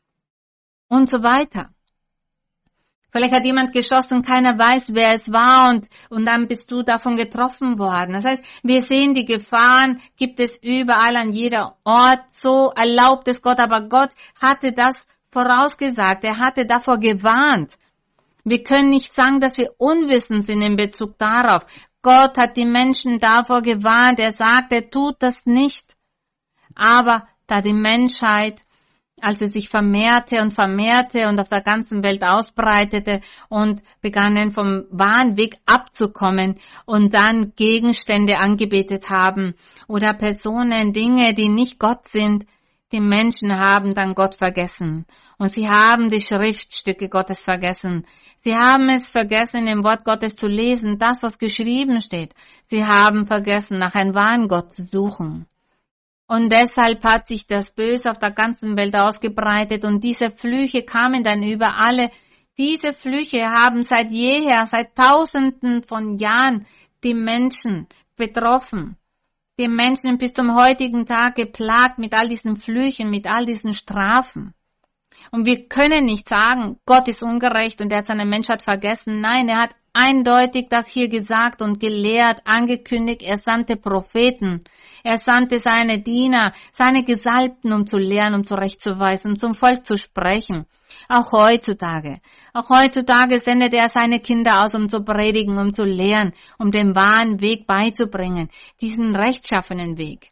und so weiter. Vielleicht hat jemand geschossen, keiner weiß, wer es war und, und dann bist du davon getroffen worden. Das heißt, wir sehen, die Gefahren gibt es überall an jeder Ort. So erlaubt es Gott, aber Gott hatte das vorausgesagt. Er hatte davor gewarnt. Wir können nicht sagen, dass wir unwissend sind in Bezug darauf. Gott hat die Menschen davor gewarnt. Er sagt, er tut das nicht. Aber da die Menschheit, als sie sich vermehrte und vermehrte und auf der ganzen Welt ausbreitete und begannen vom wahren Weg abzukommen und dann Gegenstände angebetet haben oder Personen, Dinge, die nicht Gott sind, die Menschen haben dann Gott vergessen. Und sie haben die Schriftstücke Gottes vergessen. Sie haben es vergessen, im Wort Gottes zu lesen, das, was geschrieben steht. Sie haben vergessen, nach einem wahren Gott zu suchen. Und deshalb hat sich das Böse auf der ganzen Welt ausgebreitet und diese Flüche kamen dann über alle. Diese Flüche haben seit jeher, seit Tausenden von Jahren die Menschen betroffen. Die Menschen bis zum heutigen Tag geplagt mit all diesen Flüchen, mit all diesen Strafen. Und wir können nicht sagen, Gott ist ungerecht und er hat seine Menschheit vergessen. Nein, er hat eindeutig das hier gesagt und gelehrt, angekündigt. Er sandte Propheten. Er sandte seine Diener, seine Gesalbten, um zu lehren, um zurechtzuweisen, um zum Volk zu sprechen. Auch heutzutage. Auch heutzutage sendet er seine Kinder aus, um zu predigen, um zu lehren, um den wahren Weg beizubringen, diesen rechtschaffenen Weg.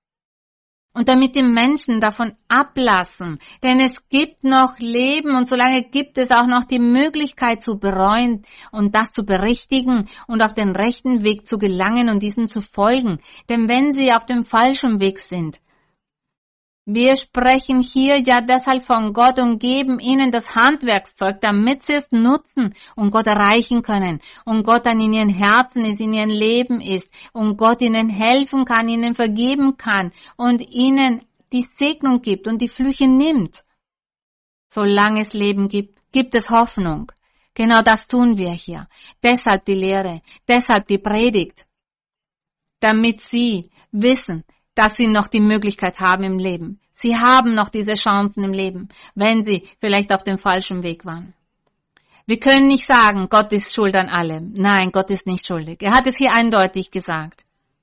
Und damit die Menschen davon ablassen, denn es gibt noch Leben und solange gibt es auch noch die Möglichkeit zu bereuen und das zu berichtigen und auf den rechten Weg zu gelangen und diesen zu folgen. Denn wenn sie auf dem falschen Weg sind, wir sprechen hier ja deshalb von Gott und geben ihnen das Handwerkszeug, damit sie es nutzen und Gott erreichen können. Und Gott an in ihren Herzen ist, in ihrem Leben ist. Und Gott ihnen helfen kann, ihnen vergeben kann und ihnen die Segnung gibt und die Flüche nimmt. Solange es Leben gibt, gibt es Hoffnung. Genau das tun wir hier. Deshalb die Lehre, deshalb die Predigt. Damit sie wissen, dass sie noch die Möglichkeit haben im Leben. Sie haben noch diese Chancen im Leben, wenn sie vielleicht auf dem falschen Weg waren. Wir können nicht sagen, Gott ist schuld an allem. Nein, Gott ist nicht schuldig. Er hat es hier eindeutig gesagt.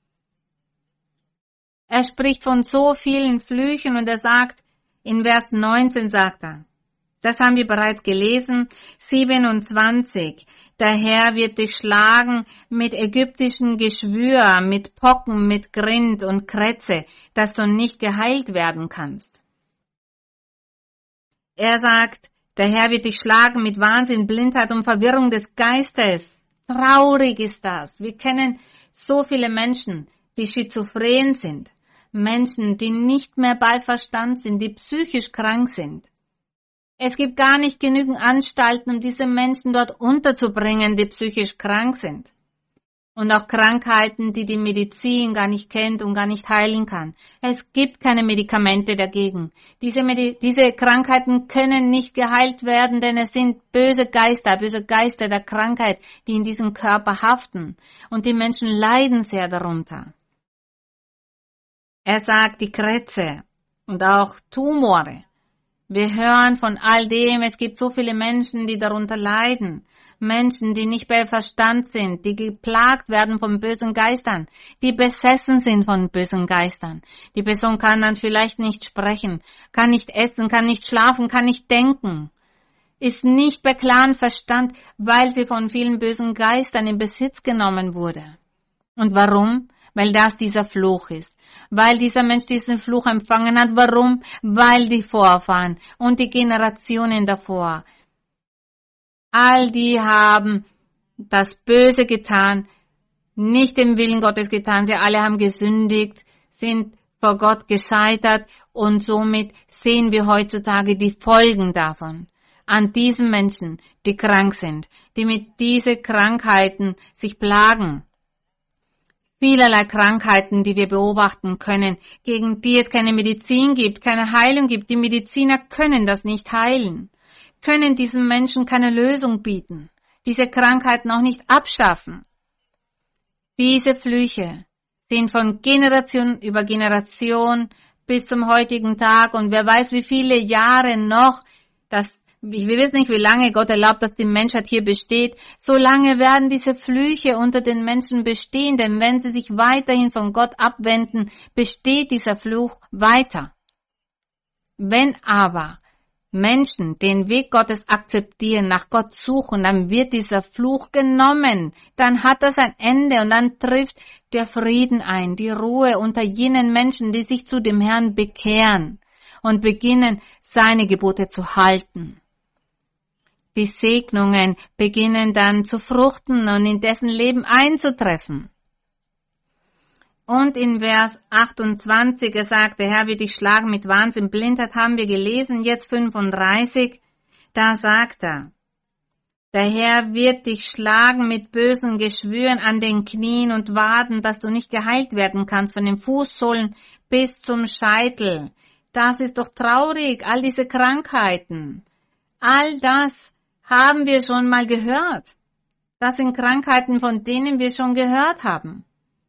Er spricht von so vielen Flüchen und er sagt, in Vers neunzehn sagt er, das haben wir bereits gelesen, siebenundzwanzig, der Herr wird dich schlagen mit ägyptischen Geschwür, mit Pocken, mit Grind und Krätze, dass du nicht geheilt werden kannst. Er sagt, der Herr wird dich schlagen mit Wahnsinn, Blindheit und Verwirrung des Geistes. Traurig ist das. Wir kennen so viele Menschen, die schizophren sind. Menschen, die nicht mehr bei Verstand sind, die psychisch krank sind. Es gibt gar nicht genügend Anstalten, um diese Menschen dort unterzubringen, die psychisch krank sind. Und auch Krankheiten, die die Medizin gar nicht kennt und gar nicht heilen kann. Es gibt keine Medikamente dagegen. Diese, Medi- diese Krankheiten können nicht geheilt werden, denn es sind böse Geister, böse Geister der Krankheit, die in diesem Körper haften. Und die Menschen leiden sehr darunter. Er sagt, die Krätze und auch Tumore. Wir hören von all dem, es gibt so viele Menschen, die darunter leiden. Menschen, die nicht bei Verstand sind, die geplagt werden von bösen Geistern, die besessen sind von bösen Geistern. Die Person kann dann vielleicht nicht sprechen, kann nicht essen, kann nicht schlafen, kann nicht denken. Ist nicht bei klarem Verstand, weil sie von vielen bösen Geistern in Besitz genommen wurde. Und warum? Weil das dieser Fluch ist. Weil dieser Mensch diesen Fluch empfangen hat. Warum? Weil die Vorfahren und die Generationen davor, all die haben das Böse getan, nicht den Willen Gottes getan. Sie alle haben gesündigt, sind vor Gott gescheitert und somit sehen wir heutzutage die Folgen davon. An diesen Menschen, die krank sind, die mit diesen Krankheiten sich plagen. Vielerlei Krankheiten, die wir beobachten können, gegen die es keine Medizin gibt, keine Heilung gibt. Die Mediziner können das nicht heilen, können diesen Menschen keine Lösung bieten, diese Krankheiten auch nicht abschaffen. Diese Flüche sind von Generation über Generation bis zum heutigen Tag und wer weiß, wie viele Jahre noch, das, wir wissen nicht, wie lange Gott erlaubt, dass die Menschheit hier besteht, so lange werden diese Flüche unter den Menschen bestehen, denn wenn sie sich weiterhin von Gott abwenden, besteht dieser Fluch weiter. Wenn aber Menschen den Weg Gottes akzeptieren, nach Gott suchen, dann wird dieser Fluch genommen, dann hat das ein Ende und dann trifft der Frieden ein, die Ruhe unter jenen Menschen, die sich zu dem Herrn bekehren und beginnen, seine Gebote zu halten. Die Segnungen beginnen dann zu fruchten und in dessen Leben einzutreffen. Und in Vers achtundzwanzig, er sagt, der Herr wird dich schlagen mit Wahnsinn, Blindheit, haben wir gelesen, jetzt fünfunddreißig, da sagt er, der Herr wird dich schlagen mit bösen Geschwüren an den Knien und Waden, dass du nicht geheilt werden kannst, von den Fußsohlen bis zum Scheitel. Das ist doch traurig, all diese Krankheiten. All das haben wir schon mal gehört. Das sind Krankheiten, von denen wir schon gehört haben.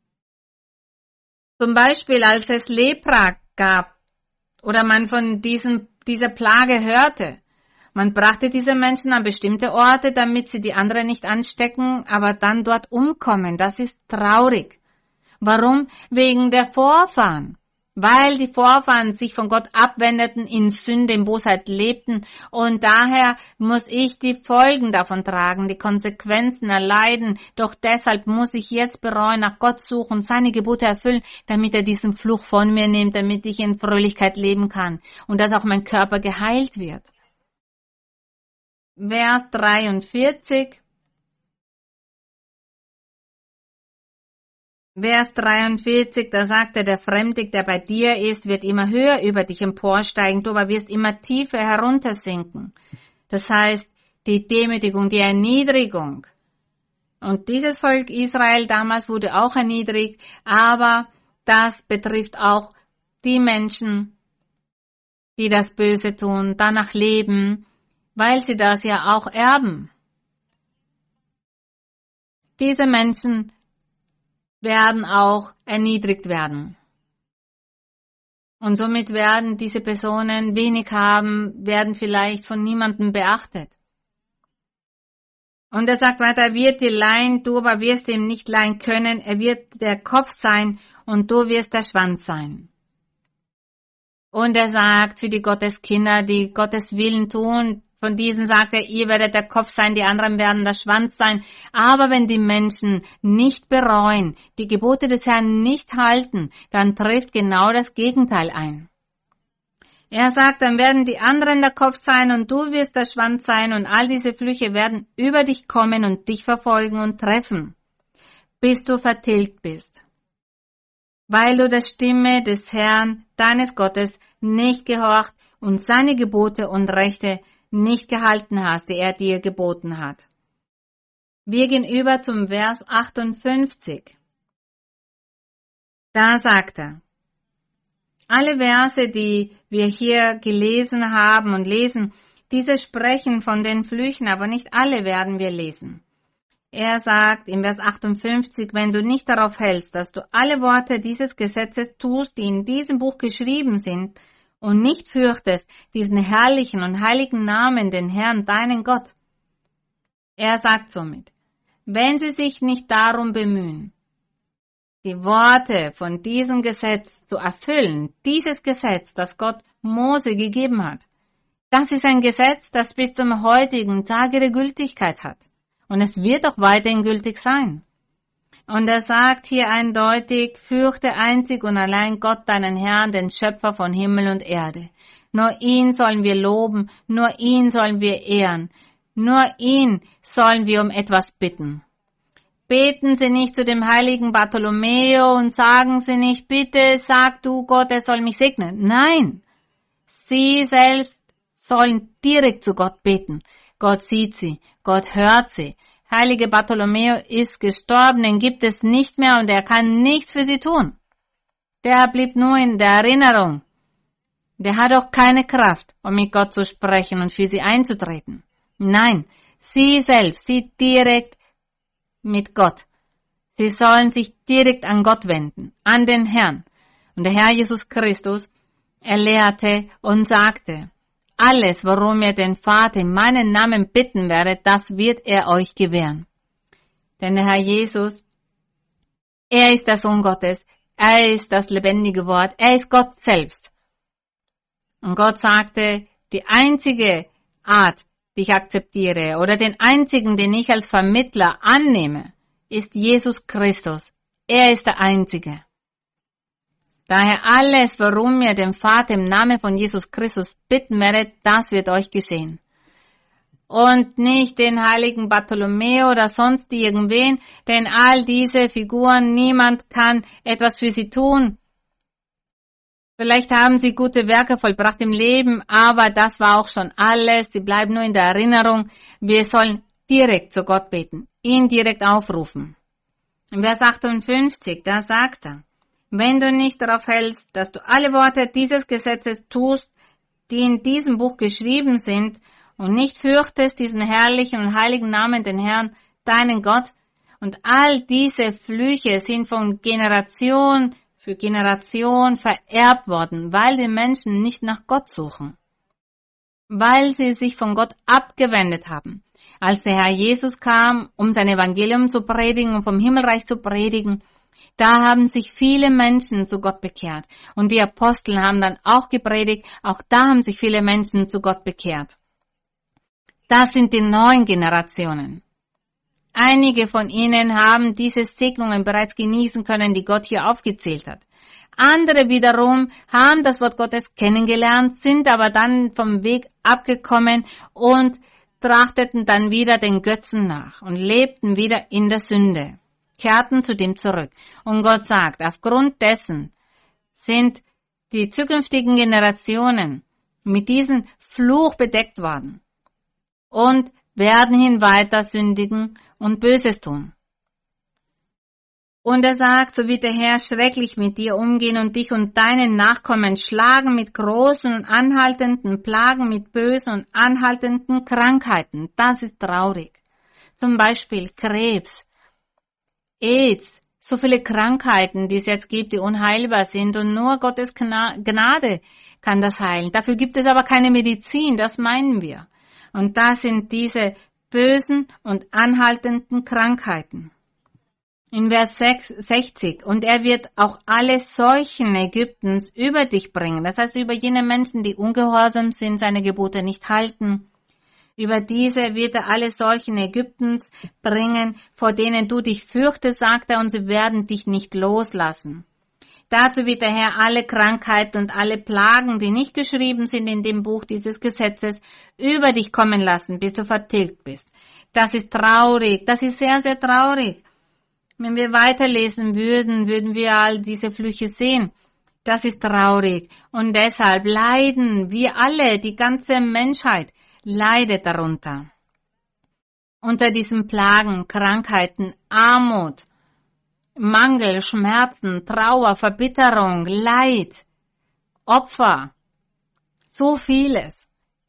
Zum Beispiel, als es Lepra gab oder man von diesem, dieser Plage hörte. Man brachte diese Menschen an bestimmte Orte, damit sie die anderen nicht anstecken, aber dann dort umkommen. Das ist traurig. Warum? Wegen der Vorfahren. Weil die Vorfahren sich von Gott abwendeten, in Sünde, in Bosheit lebten und daher muss ich die Folgen davon tragen, die Konsequenzen erleiden. Doch deshalb muss ich jetzt bereuen, nach Gott suchen, seine Gebote erfüllen, damit er diesen Fluch von mir nimmt, damit ich in Fröhlichkeit leben kann und dass auch mein Körper geheilt wird. Vers dreiundvierzig. Vers dreiundvierzig, da sagt er, der Fremde, der bei dir ist, wird immer höher über dich emporsteigen, du aber wirst immer tiefer heruntersinken. Das heißt, die Demütigung, die Erniedrigung. Und dieses Volk Israel damals wurde auch erniedrigt, aber das betrifft auch die Menschen, die das Böse tun, danach leben, weil sie das ja auch erben. Diese Menschen werden auch erniedrigt werden. Und somit werden diese Personen wenig haben, werden vielleicht von niemandem beachtet. Und er sagt weiter, er wird dir leihen, du aber wirst ihm nicht leihen können, er wird der Kopf sein und du wirst der Schwanz sein. Und er sagt für die Gotteskinder, die Gottes Willen tun, von diesen sagt er, ihr werdet der Kopf sein, die anderen werden der Schwanz sein. Aber wenn die Menschen nicht bereuen, die Gebote des Herrn nicht halten, dann trifft genau das Gegenteil ein. Er sagt, dann werden die anderen der Kopf sein und du wirst der Schwanz sein und all diese Flüche werden über dich kommen und dich verfolgen und treffen, bis du vertilgt bist, weil du der Stimme des Herrn, deines Gottes, nicht gehorcht und seine Gebote und Rechte nicht gehalten hast, die er dir geboten hat. Wir gehen über zum Vers achtundfünfzig. Da sagt er, alle Verse, die wir hier gelesen haben und lesen, diese sprechen von den Flüchen, aber nicht alle werden wir lesen. Er sagt im Vers achtundfünfzig, wenn du nicht darauf hältst, dass du alle Worte dieses Gesetzes tust, die in diesem Buch geschrieben sind, und nicht fürchtest diesen herrlichen und heiligen Namen, den Herrn, deinen Gott. Er sagt somit, wenn sie sich nicht darum bemühen, die Worte von diesem Gesetz zu erfüllen, dieses Gesetz, das Gott Mose gegeben hat, das ist ein Gesetz, das bis zum heutigen Tag ihre Gültigkeit hat. Und es wird auch weiterhin gültig sein. Und er sagt hier eindeutig, fürchte einzig und allein Gott, deinen Herrn, den Schöpfer von Himmel und Erde. Nur ihn sollen wir loben, nur ihn sollen wir ehren, nur ihn sollen wir um etwas bitten. Beten Sie nicht zu dem heiligen Bartholomäo und sagen Sie nicht, bitte sag du Gott, er soll mich segnen. Nein, Sie selbst sollen direkt zu Gott beten. Gott sieht Sie, Gott hört Sie. Heilige Bartholomäo ist gestorben, den gibt es nicht mehr und er kann nichts für Sie tun. Der blieb nur in der Erinnerung. Der hat auch keine Kraft, um mit Gott zu sprechen und für Sie einzutreten. Nein, Sie selbst, Sie direkt mit Gott. Sie sollen sich direkt an Gott wenden, an den Herrn. Und der Herr Jesus Christus, er lehrte und sagte, alles, worum ihr den Vater in meinen Namen bitten werdet, das wird er euch gewähren. Denn der Herr Jesus, er ist der Sohn Gottes, er ist das lebendige Wort, er ist Gott selbst. Und Gott sagte, die einzige Art, die ich akzeptiere, oder den einzigen, den ich als Vermittler annehme, ist Jesus Christus. Er ist der Einzige. Daher alles, worum ihr den Vater im Namen von Jesus Christus bitten werdet, das wird euch geschehen. Und nicht den heiligen Bartholomäo oder sonst irgendwen, denn all diese Figuren, niemand kann etwas für sie tun. Vielleicht haben sie gute Werke vollbracht im Leben, aber das war auch schon alles. Sie bleiben nur in der Erinnerung. Wir sollen direkt zu Gott beten, ihn direkt aufrufen. In Vers achtundfünfzig, da sagt er, wenn du nicht darauf hältst, dass du alle Worte dieses Gesetzes tust, die in diesem Buch geschrieben sind, und nicht fürchtest diesen herrlichen und heiligen Namen, den Herrn, deinen Gott, und all diese Flüche sind von Generation für Generation vererbt worden, weil die Menschen nicht nach Gott suchen, weil sie sich von Gott abgewendet haben. Als der Herr Jesus kam, um sein Evangelium zu predigen und vom Himmelreich zu predigen, da haben sich viele Menschen zu Gott bekehrt. Und die Apostel haben dann auch gepredigt, auch da haben sich viele Menschen zu Gott bekehrt. Das sind die neuen Generationen. Einige von ihnen haben diese Segnungen bereits genießen können, die Gott hier aufgezählt hat. Andere wiederum haben das Wort Gottes kennengelernt, sind aber dann vom Weg abgekommen und trachteten dann wieder den Götzen nach und lebten wieder in der Sünde, kehrten zu dem zurück. Und Gott sagt, aufgrund dessen sind die zukünftigen Generationen mit diesem Fluch bedeckt worden und werden hin weiter sündigen und Böses tun. Und er sagt, so wird der Herr schrecklich mit dir umgehen und dich und deinen Nachkommen schlagen mit großen und anhaltenden Plagen, mit bösen und anhaltenden Krankheiten. Das ist traurig. Zum Beispiel Krebs, AIDS, so viele Krankheiten, die es jetzt gibt, die unheilbar sind und nur Gottes Gnade kann das heilen. Dafür gibt es aber keine Medizin, das meinen wir. Und das sind diese bösen und anhaltenden Krankheiten. In Vers sechzig, und er wird auch alle Seuchen Ägyptens über dich bringen. Das heißt, über jene Menschen, die ungehorsam sind, seine Gebote nicht halten. Über diese wird er alle Seuchen Ägyptens bringen, vor denen du dich fürchtest, sagt er, und sie werden dich nicht loslassen. Dazu wird der Herr alle Krankheiten und alle Plagen, die nicht geschrieben sind in dem Buch dieses Gesetzes, über dich kommen lassen, bis du vertilgt bist. Das ist traurig, das ist sehr, sehr traurig. Wenn wir weiterlesen würden, würden wir all diese Flüche sehen. Das ist traurig. Und deshalb leiden wir alle, die ganze Menschheit leidet darunter. Unter diesen Plagen, Krankheiten, Armut, Mangel, Schmerzen, Trauer, Verbitterung, Leid, Opfer, so vieles.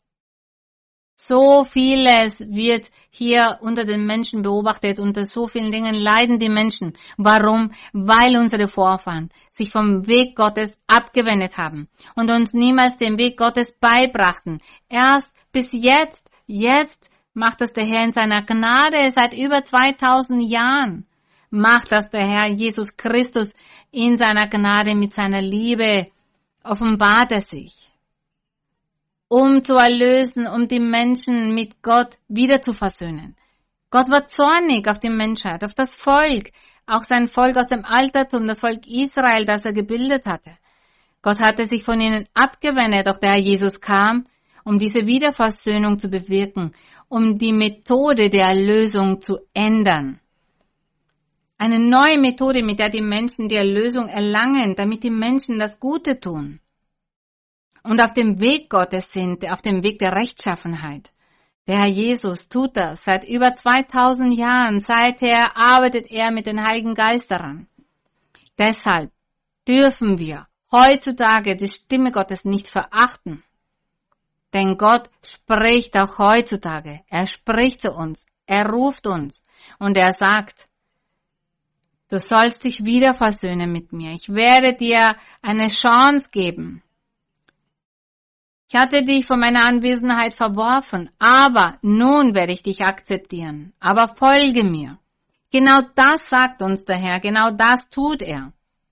So vieles wird hier unter den Menschen beobachtet. Unter so vielen Dingen leiden die Menschen. Warum? Weil unsere Vorfahren sich vom Weg Gottes abgewendet haben und uns niemals den Weg Gottes beibrachten. Erst bis jetzt, jetzt macht das der Herr in seiner Gnade seit über zweitausend Jahren. Macht das der Herr Jesus Christus in seiner Gnade mit seiner Liebe, offenbart er sich, um zu erlösen, um die Menschen mit Gott wieder zu versöhnen. Gott war zornig auf die Menschheit, auf das Volk, auch sein Volk aus dem Altertum, das Volk Israel, das er gebildet hatte. Gott hatte sich von ihnen abgewendet, doch der Herr Jesus kam, um diese Wiederversöhnung zu bewirken, um die Methode der Erlösung zu ändern. Eine neue Methode, mit der die Menschen die Erlösung erlangen, damit die Menschen das Gute tun. Und auf dem Weg Gottes sind, auf dem Weg der Rechtschaffenheit. Der Herr Jesus tut das seit über zweitausend Jahren. Seither arbeitet er mit den Heiligen Geist daran. Deshalb dürfen wir heutzutage die Stimme Gottes nicht verachten. Denn Gott spricht auch heutzutage. Er spricht zu uns. Er ruft uns. Und er sagt, du sollst dich wieder versöhnen mit mir. Ich werde dir eine Chance geben. Ich hatte dich von meiner Anwesenheit verworfen, aber nun werde ich dich akzeptieren. Aber folge mir. Genau das sagt uns der Herr, genau das tut er.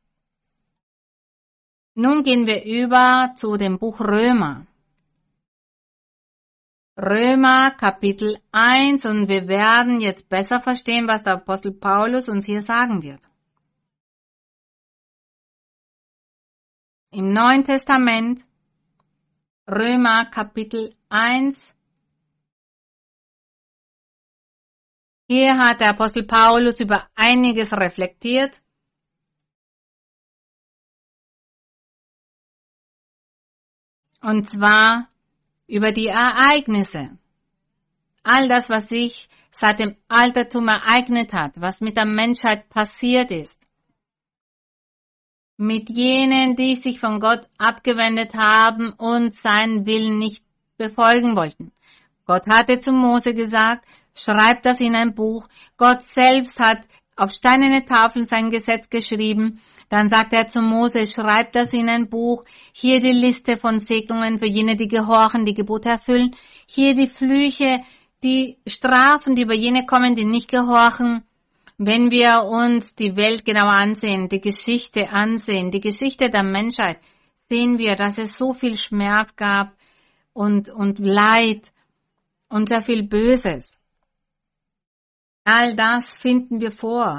Nun gehen wir über zu dem Buch Römer. Römer Kapitel eins und wir werden jetzt besser verstehen, was der Apostel Paulus uns hier sagen wird. Im Neuen Testament, Römer Kapitel eins. Hier hat der Apostel Paulus über einiges reflektiert. Und zwar über die Ereignisse. All das, was sich seit dem Altertum ereignet hat, was mit der Menschheit passiert ist. Mit jenen, die sich von Gott abgewendet haben und seinen Willen nicht befolgen wollten. Gott hatte zu Mose gesagt, schreib das in ein Buch. Gott selbst hat auf steinerne Tafeln sein Gesetz geschrieben. Dann sagt er zu Mose, schreib das in ein Buch. Hier die Liste von Segnungen für jene, die gehorchen, die Gebote erfüllen. Hier die Flüche, die Strafen, die über jene kommen, die nicht gehorchen. Wenn wir uns die Welt genauer ansehen, die Geschichte ansehen, die Geschichte der Menschheit, sehen wir, dass es so viel Schmerz gab und, und Leid und sehr viel Böses. All das finden wir vor.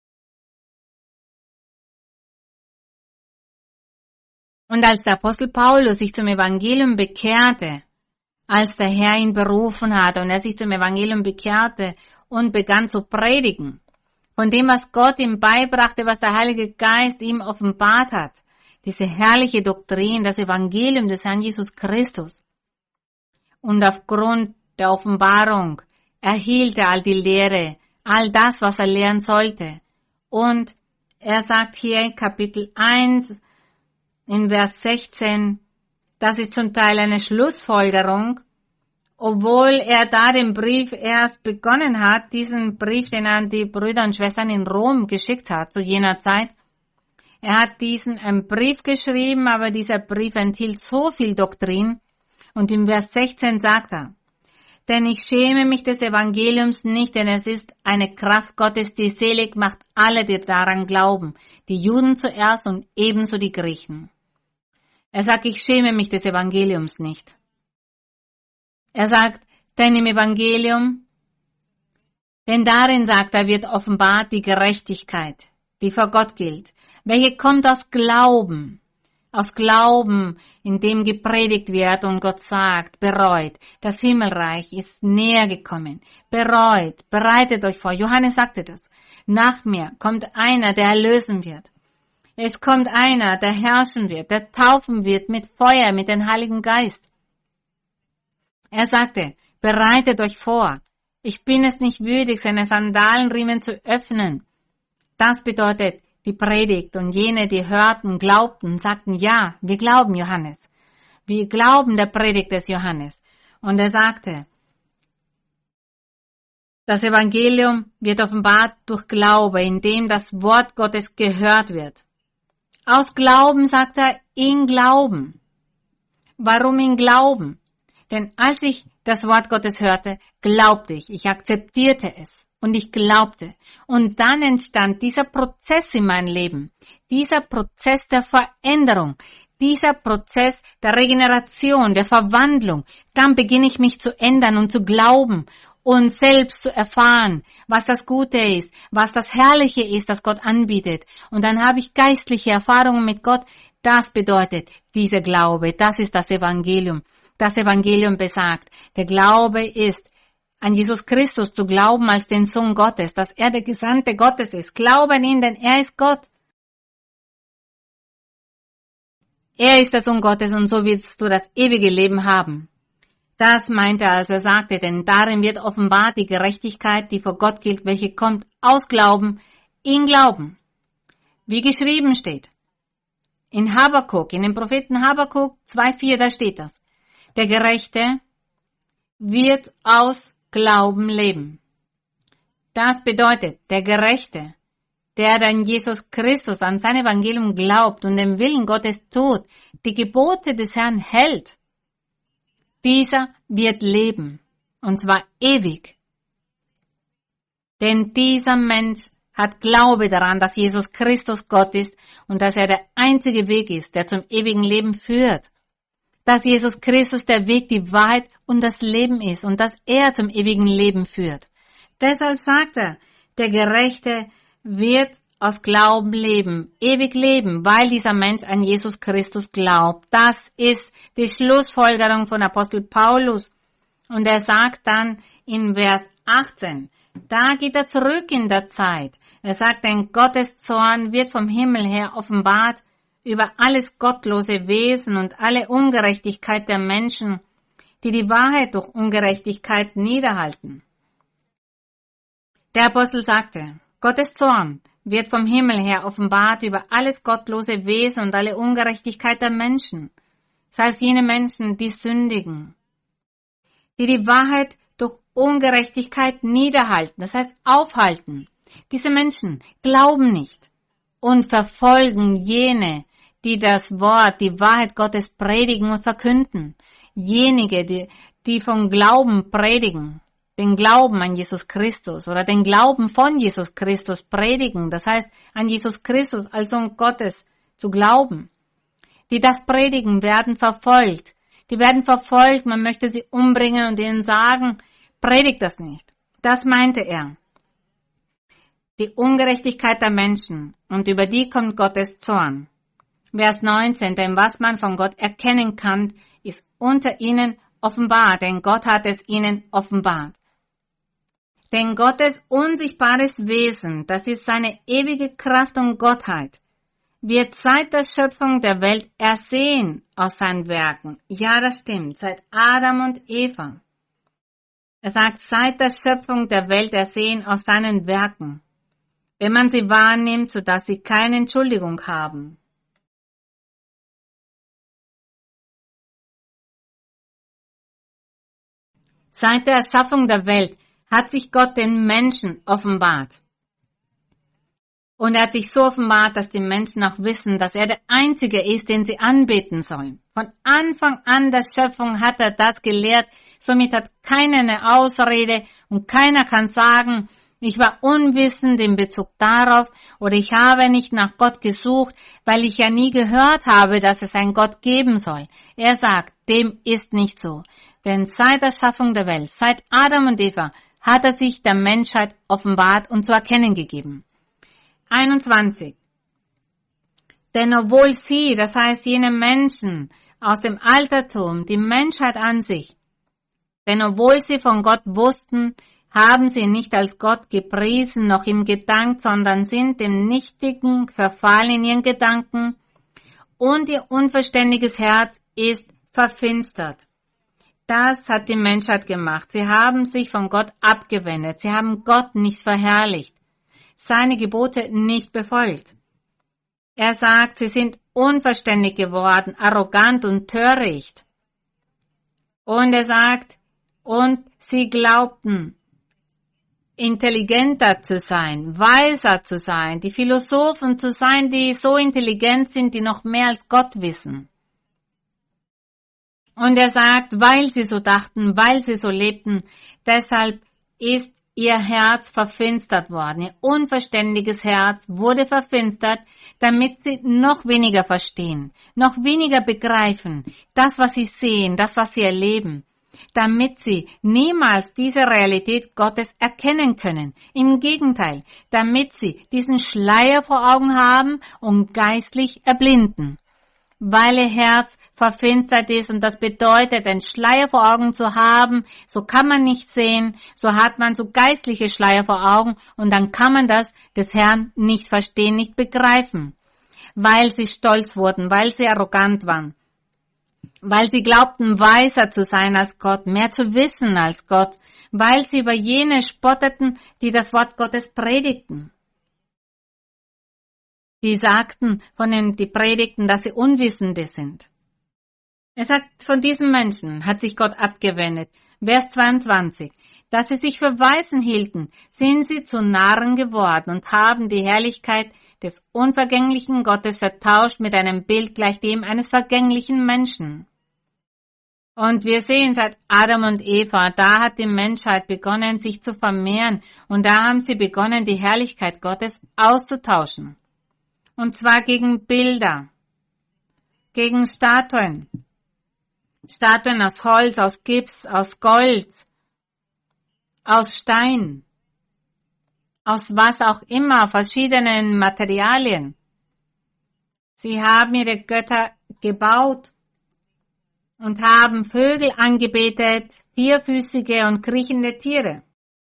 Und als der Apostel Paulus sich zum Evangelium bekehrte, als der Herr ihn berufen hatte und er sich zum Evangelium bekehrte und begann zu predigen, von dem, was Gott ihm beibrachte, was der Heilige Geist ihm offenbart hat, diese herrliche Doktrin, das Evangelium des Herrn Jesus Christus. Und aufgrund der Offenbarung erhielt er all die Lehre, all das, was er lernen sollte. Und er sagt hier in Kapitel eins, in Vers sechzehn, das ist zum Teil eine Schlussfolgerung, obwohl er da den Brief erst begonnen hat, diesen Brief, den er an die Brüder und Schwestern in Rom geschickt hat zu jener Zeit. Er hat diesen einen Brief geschrieben, aber dieser Brief enthielt so viel Doktrin. Und im Vers sechzehn sagt er, denn ich schäme mich des Evangeliums nicht, denn es ist eine Kraft Gottes, die selig macht alle, die daran glauben, die Juden zuerst und ebenso die Griechen. Er sagt, ich schäme mich des Evangeliums nicht. Er sagt, denn im Evangelium, denn darin, sagt er, wird offenbart die Gerechtigkeit, die vor Gott gilt, welche kommt aus Glauben. Aus Glauben, in dem gepredigt wird und Gott sagt, bereut, das Himmelreich ist näher gekommen, bereut, bereitet euch vor. Johannes sagte das. Nach mir kommt einer, der erlösen wird. Es kommt einer, der herrschen wird, der taufen wird mit Feuer, mit dem Heiligen Geist. Er sagte, bereitet euch vor. Ich bin es nicht würdig, seine Sandalenriemen zu öffnen. Das bedeutet, die Predigt und jene, die hörten, glaubten, sagten, ja, wir glauben Johannes. Wir glauben der Predigt des Johannes. Und er sagte, das Evangelium wird offenbart durch Glaube, indem das Wort Gottes gehört wird. Aus Glauben, sagt er, in Glauben. Warum in Glauben? Denn als ich das Wort Gottes hörte, glaubte ich, ich akzeptierte es. Und ich glaubte. Und dann entstand dieser Prozess in meinem Leben. Dieser Prozess der Veränderung. Dieser Prozess der Regeneration, der Verwandlung. Dann beginne ich mich zu ändern und zu glauben und selbst zu erfahren, was das Gute ist, was das Herrliche ist, das Gott anbietet. Und dann habe ich geistliche Erfahrungen mit Gott. Das bedeutet dieser Glaube. Das ist das Evangelium. Das Evangelium besagt, der Glaube ist an Jesus Christus zu glauben als den Sohn Gottes, dass er der Gesandte Gottes ist. Glaube an ihn, denn er ist Gott. Er ist der Sohn Gottes und so wirst du das ewige Leben haben. Das meinte er, als er sagte, denn darin wird offenbart die Gerechtigkeit, die vor Gott gilt, welche kommt aus Glauben in Glauben. Wie geschrieben steht. In Habakuk, in dem Propheten Habakuk zwei vier, da steht das. Der Gerechte wird aus Glauben leben. Das bedeutet, der Gerechte, der an Jesus Christus, an sein Evangelium glaubt und den Willen Gottes tut, die Gebote des Herrn hält, dieser wird leben, und zwar ewig. Denn dieser Mensch hat Glaube daran, dass Jesus Christus Gott ist und dass er der einzige Weg ist, der zum ewigen Leben führt. Dass Jesus Christus der Weg, die Wahrheit und das Leben ist und dass er zum ewigen Leben führt. Deshalb sagt er, der Gerechte wird aus Glauben leben, ewig leben, weil dieser Mensch an Jesus Christus glaubt. Das ist die Schlussfolgerung von Apostel Paulus. Und er sagt dann in Vers achtzehn, da geht er zurück in der Zeit. Er sagt, denn Gottes Zorn wird vom Himmel her offenbart über alles gottlose Wesen und alle Ungerechtigkeit der Menschen, die die Wahrheit durch Ungerechtigkeit niederhalten. Der Apostel sagte, Gottes Zorn wird vom Himmel her offenbart über alles gottlose Wesen und alle Ungerechtigkeit der Menschen. Das heißt, jene Menschen, die sündigen, die die Wahrheit durch Ungerechtigkeit niederhalten, das heißt aufhalten. Diese Menschen glauben nicht und verfolgen jene, die das Wort, die Wahrheit Gottes predigen und verkünden. Jenige, die, die vom Glauben predigen, den Glauben an Jesus Christus oder den Glauben von Jesus Christus predigen, das heißt, an Jesus Christus als Sohn Gottes zu glauben. Die das predigen, werden verfolgt. Die werden verfolgt, man möchte sie umbringen und ihnen sagen, predigt das nicht. Das meinte er. Die Ungerechtigkeit der Menschen, und über die kommt Gottes Zorn. Vers neunzehn, denn was man von Gott erkennen kann, ist unter ihnen offenbar, denn Gott hat es ihnen offenbart. Denn Gottes unsichtbares Wesen, das ist seine ewige Kraft und Gottheit, wird seit der Schöpfung der Welt ersehen aus seinen Werken. Ja, das stimmt, seit Adam und Eva. Er sagt, seit der Schöpfung der Welt ersehen aus seinen Werken, wenn man sie wahrnimmt, sodass sie keine Entschuldigung haben. Seit der Erschaffung der Welt hat sich Gott den Menschen offenbart. Und er hat sich so offenbart, dass die Menschen auch wissen, dass er der Einzige ist, den sie anbeten sollen. Von Anfang an der Schöpfung hat er das gelehrt, somit hat keiner eine Ausrede und keiner kann sagen, ich war unwissend in Bezug darauf oder ich habe nicht nach Gott gesucht, weil ich ja nie gehört habe, dass es einen Gott geben soll. Er sagt, dem ist nicht so. Denn seit der Schaffung der Welt, seit Adam und Eva, hat er sich der Menschheit offenbart und zu erkennen gegeben. einundzwanzig. Denn obwohl sie, das heißt jene Menschen aus dem Altertum, die Menschheit an sich, denn obwohl sie von Gott wussten, haben sie nicht als Gott gepriesen, noch ihm gedankt, sondern sind dem Nichtigen verfallen in ihren Gedanken und ihr unverständiges Herz ist verfinstert. Das hat die Menschheit gemacht. Sie haben sich von Gott abgewendet. Sie haben Gott nicht verherrlicht, seine Gebote nicht befolgt. Er sagt, sie sind unverständig geworden, arrogant und töricht. Und er sagt, und sie glaubten, intelligenter zu sein, weiser zu sein, die Philosophen zu sein, die so intelligent sind, die noch mehr als Gott wissen. Und er sagt, weil sie so dachten, weil sie so lebten, deshalb ist ihr Herz verfinstert worden. Ihr unverständiges Herz wurde verfinstert, damit sie noch weniger verstehen, noch weniger begreifen, das, was sie sehen, das, was sie erleben, damit sie niemals diese Realität Gottes erkennen können. Im Gegenteil, damit sie diesen Schleier vor Augen haben und geistlich erblinden. weil ihr Herz verfinstert ist. Und das bedeutet, einen Schleier vor Augen zu haben, so kann man nicht sehen, so hat man so geistliche Schleier vor Augen und dann kann man das des Herrn nicht verstehen, nicht begreifen, weil sie stolz wurden, weil sie arrogant waren, weil sie glaubten, weiser zu sein als Gott, mehr zu wissen als Gott, weil sie über jene spotteten, die das Wort Gottes predigten. Die sagten von den, die predigten, dass sie Unwissende sind. Er sagt, von diesen Menschen hat sich Gott abgewendet. Vers zweiundzwanzig. Dass sie sich für Weisen hielten, sind sie zu Narren geworden und haben die Herrlichkeit des unvergänglichen Gottes vertauscht mit einem Bild gleich dem eines vergänglichen Menschen. Und wir sehen seit Adam und Eva, da hat die Menschheit begonnen, sich zu vermehren und da haben sie begonnen, die Herrlichkeit Gottes auszutauschen. Und zwar gegen Bilder, gegen Statuen. Statuen aus Holz, aus Gips, aus Gold, aus Stein, aus was auch immer, verschiedenen Materialien. Sie haben ihre Götter gebaut und haben Vögel angebetet, vierfüßige und kriechende Tiere.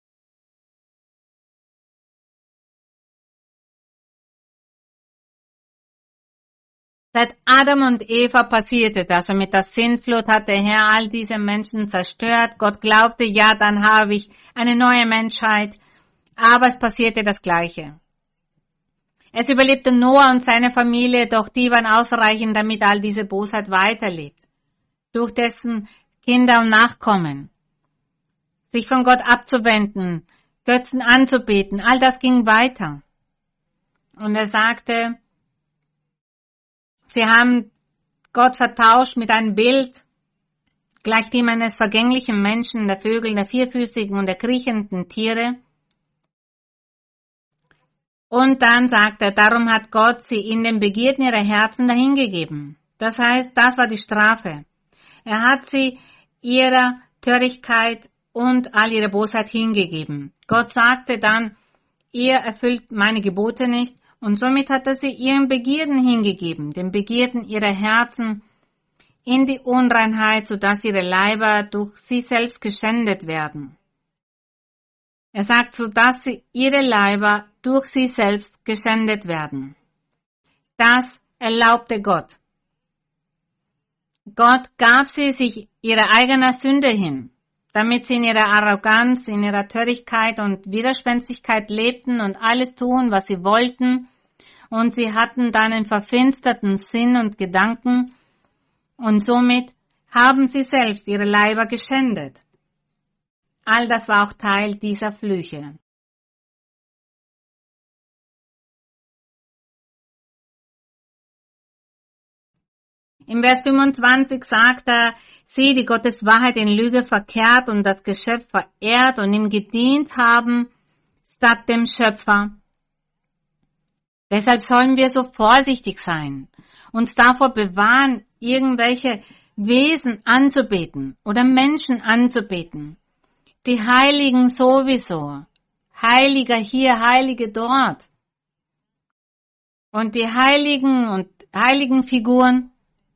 Seit Adam und Eva passierte das und mit der Sintflut hat der Herr all diese Menschen zerstört. Gott glaubte, ja, dann habe ich eine neue Menschheit, aber es passierte das Gleiche. Es überlebte Noah und seine Familie, doch die waren ausreichend, damit all diese Bosheit weiterlebt. Durch dessen Kinder und Nachkommen. Sich von Gott abzuwenden, Götzen anzubeten, all das ging weiter. Und er sagte, sie haben Gott vertauscht mit einem Bild, gleich dem eines vergänglichen Menschen, der Vögel, der vierfüßigen und der kriechenden Tiere. Und dann sagt er, darum hat Gott sie in den Begierden ihrer Herzen dahingegeben. Das heißt, das war die Strafe. Er hat sie ihrer Törichtheit und all ihrer Bosheit hingegeben. Gott sagte dann, ihr erfüllt meine Gebote nicht. Und somit hat er sie ihren Begierden hingegeben, den Begierden ihrer Herzen in die Unreinheit, sodass ihre Leiber durch sie selbst geschändet werden. Er sagt, sodass sie ihre Leiber durch sie selbst geschändet werden. Das erlaubte Gott. Gott gab sie sich ihrer eigenen Sünde hin, damit sie in ihrer Arroganz, in ihrer Törigkeit und Widerspenstigkeit lebten und alles tun, was sie wollten. Und sie hatten dann einen verfinsterten Sinn und Gedanken und somit haben sie selbst ihre Leiber geschändet. All das war auch Teil dieser Flüche. Im Vers fünfundzwanzig sagt er, sie, die Gottes Wahrheit in Lüge verkehrt und das Geschöpf verehrt und ihm gedient haben, statt dem Schöpfer. Deshalb sollen wir so vorsichtig sein, uns davor bewahren, irgendwelche Wesen anzubeten oder Menschen anzubeten. Die Heiligen sowieso, Heiliger hier, Heilige dort. Und die Heiligen und heiligen Figuren,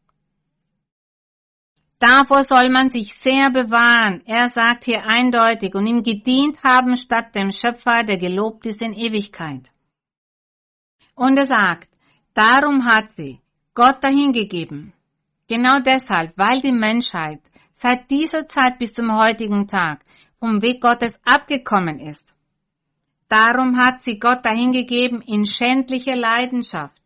davor soll man sich sehr bewahren. Er sagt hier eindeutig, und ihm gedient haben statt dem Schöpfer, der gelobt ist in Ewigkeit. Und er sagt, darum hat sie Gott dahingegeben. Genau deshalb, weil die Menschheit seit dieser Zeit bis zum heutigen Tag vom Weg Gottes abgekommen ist. Darum hat sie Gott dahingegeben in schändliche Leidenschaft.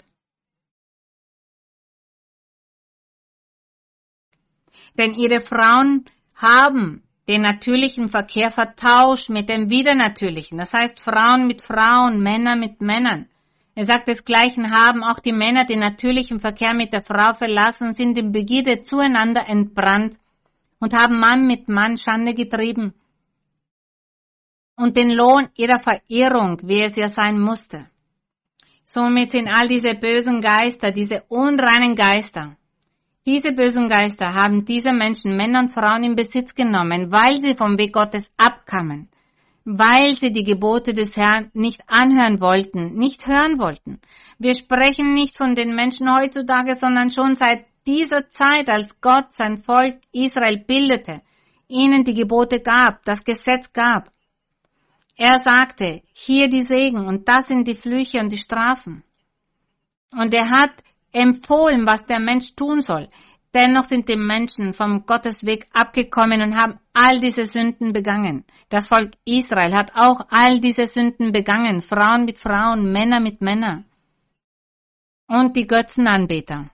Denn ihre Frauen haben den natürlichen Verkehr vertauscht mit dem widernatürlichen. Das heißt Frauen mit Frauen, Männer mit Männern. Er sagt, desgleichen haben auch die Männer den natürlichen Verkehr mit der Frau verlassen und sind in Begierde zueinander entbrannt und haben Mann mit Mann Schande getrieben. Und den Lohn ihrer Verehrung, wie es ja sein musste. Somit sind all diese bösen Geister, diese unreinen Geister, diese bösen Geister haben diese Menschen, Männer und Frauen in Besitz genommen, weil sie vom Weg Gottes abkamen. Weil sie die Gebote des Herrn nicht anhören wollten, nicht hören wollten, Wir sprechen nicht von den Menschen heutzutage, sondern schon seit dieser Zeit, als Gott sein Volk Israel bildete, ihnen die Gebote gab, das Gesetz gab. Er sagte, hier die Segen und das sind die Flüche und die Strafen. Und er hat empfohlen, was der Mensch tun soll. Dennoch sind die Menschen vom Gottesweg abgekommen und haben all diese Sünden begangen. Das Volk Israel hat auch all diese Sünden begangen. Frauen mit Frauen, Männer mit Männern. Und die Götzenanbeter.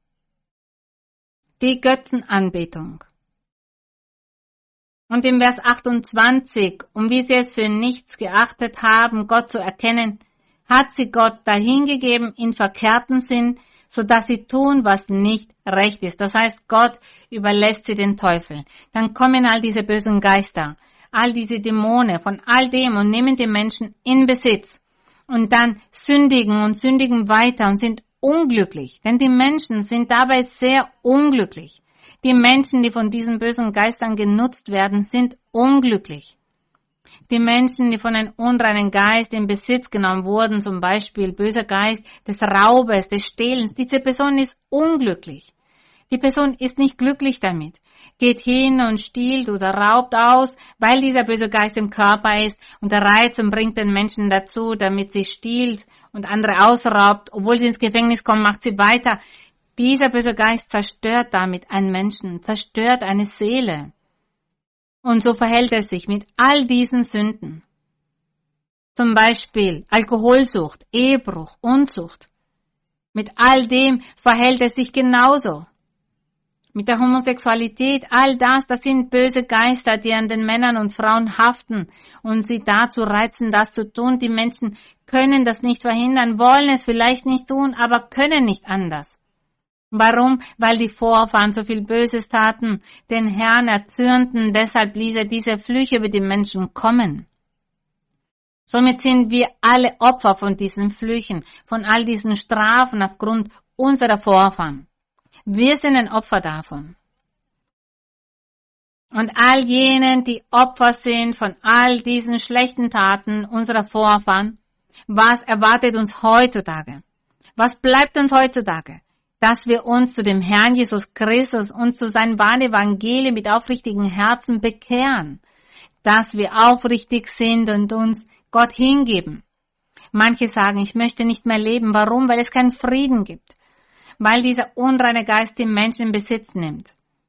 Die Götzenanbetung. Und im Vers achtundzwanzig, um wie sie es für nichts geachtet haben, Gott zu erkennen, hat sie Gott dahingegeben in verkehrten Sinn, so dass sie tun, was nicht recht ist. Das heißt, Gott überlässt sie den Teufel. Dann kommen all diese bösen Geister, all diese Dämonen von all dem und nehmen die Menschen in Besitz. Und dann sündigen und sündigen weiter und sind unglücklich. Denn die Menschen sind dabei sehr unglücklich. Die Menschen, die von diesen bösen Geistern genutzt werden, sind unglücklich. Die Menschen, die von einem unreinen Geist in Besitz genommen wurden, zum Beispiel böser Geist des Raubes, des Stehlens, diese Person ist unglücklich. Die Person ist nicht glücklich damit, geht hin und stiehlt oder raubt aus, weil dieser böse Geist im Körper ist und der Reiz und bringt den Menschen dazu, damit sie stiehlt und andere ausraubt. Obwohl sie ins Gefängnis kommen, macht sie weiter. Dieser böse Geist zerstört damit einen Menschen, zerstört eine Seele. Und so verhält er sich mit all diesen Sünden. Zum Beispiel Alkoholsucht, Ehebruch, Unzucht. Mit all dem verhält er sich genauso. Mit der Homosexualität, all das, das sind böse Geister, die an den Männern und Frauen haften und sie dazu reizen, das zu tun. Die Menschen können das nicht verhindern, wollen es vielleicht nicht tun, aber können nicht anders. Warum? Weil die Vorfahren so viel Böses taten, den Herrn erzürnten, deshalb ließ er diese Flüche über die Menschen kommen. Somit sind wir alle Opfer von diesen Flüchen, von all diesen Strafen aufgrund unserer Vorfahren. Wir sind ein Opfer davon. Und all jenen, die Opfer sind von all diesen schlechten Taten unserer Vorfahren, was erwartet uns heutzutage? Was bleibt uns heutzutage? Dass wir uns zu dem Herrn Jesus Christus und zu seinem wahren Evangelium mit aufrichtigen Herzen bekehren. Dass wir aufrichtig sind und uns Gott hingeben. Manche sagen, ich möchte nicht mehr leben. Warum? Weil es keinen Frieden gibt. Weil dieser unreine Geist die Menschen in Besitz nimmt.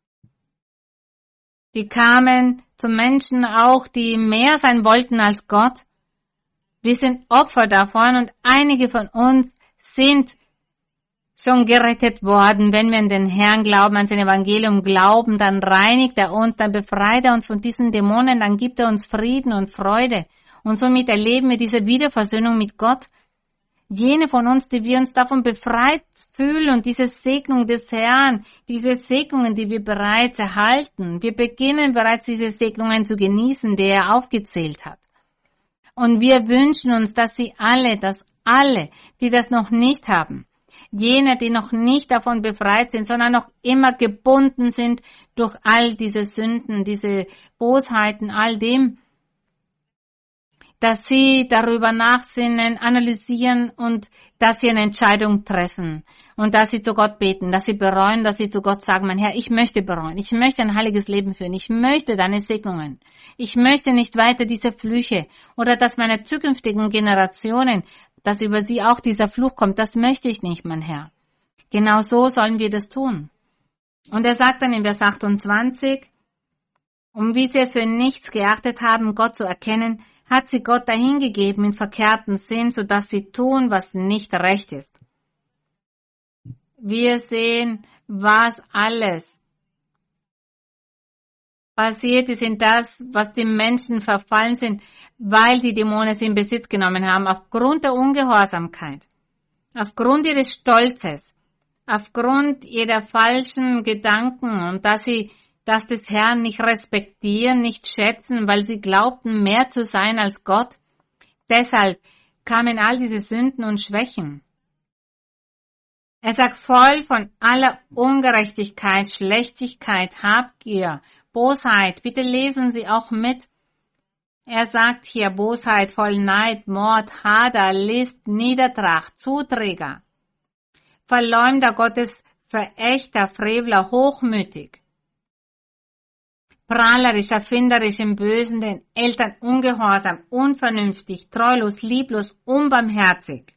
Die kamen zu Menschen auch, die mehr sein wollten als Gott. Wir sind Opfer davon und einige von uns sind schon gerettet worden. Wenn wir an den Herrn glauben, an sein Evangelium glauben, dann reinigt er uns, dann befreit er uns von diesen Dämonen, dann gibt er uns Frieden und Freude. Und somit erleben wir diese Wiederversöhnung mit Gott. Jene von uns, die wir uns davon befreit fühlen und diese Segnung des Herrn, diese Segnungen, die wir bereits erhalten, wir beginnen bereits diese Segnungen zu genießen, die er aufgezählt hat. Und wir wünschen uns, dass sie alle, dass alle, die das noch nicht haben, jene, die noch nicht davon befreit sind, sondern noch immer gebunden sind durch all diese Sünden, diese Bosheiten, all dem, dass sie darüber nachsinnen, analysieren und dass sie eine Entscheidung treffen und dass sie zu Gott beten, dass sie bereuen, dass sie zu Gott sagen, mein Herr, ich möchte bereuen, ich möchte ein heiliges Leben führen, ich möchte deine Segnungen, ich möchte nicht weiter diese Flüche oder dass meine zukünftigen Generationen, dass über sie auch dieser Fluch kommt, das möchte ich nicht, mein Herr. Genau so sollen wir das tun. Und er sagt dann in Vers achtundzwanzig, um wie sie es für nichts geachtet haben, Gott zu erkennen, hat sie Gott dahingegeben in verkehrten Sinn, so dass sie tun, was nicht recht ist. Wir sehen, was alles passiert ist in das, was die Menschen verfallen sind, weil die Dämonen sie in Besitz genommen haben, aufgrund der Ungehorsamkeit, aufgrund ihres Stolzes, aufgrund ihrer falschen Gedanken und dass sie das des Herrn nicht respektieren, nicht schätzen, weil sie glaubten, mehr zu sein als Gott. Deshalb kamen all diese Sünden und Schwächen. Er sagt, voll von aller Er sagt hier Bosheit, voll Neid, Mord, Hader, List, Niedertracht, Zuträger, Verleumder Gottes, Verächter, Frevler, hochmütig, prahlerisch, erfinderisch im Bösen, den Eltern ungehorsam, unvernünftig, treulos, lieblos, unbarmherzig.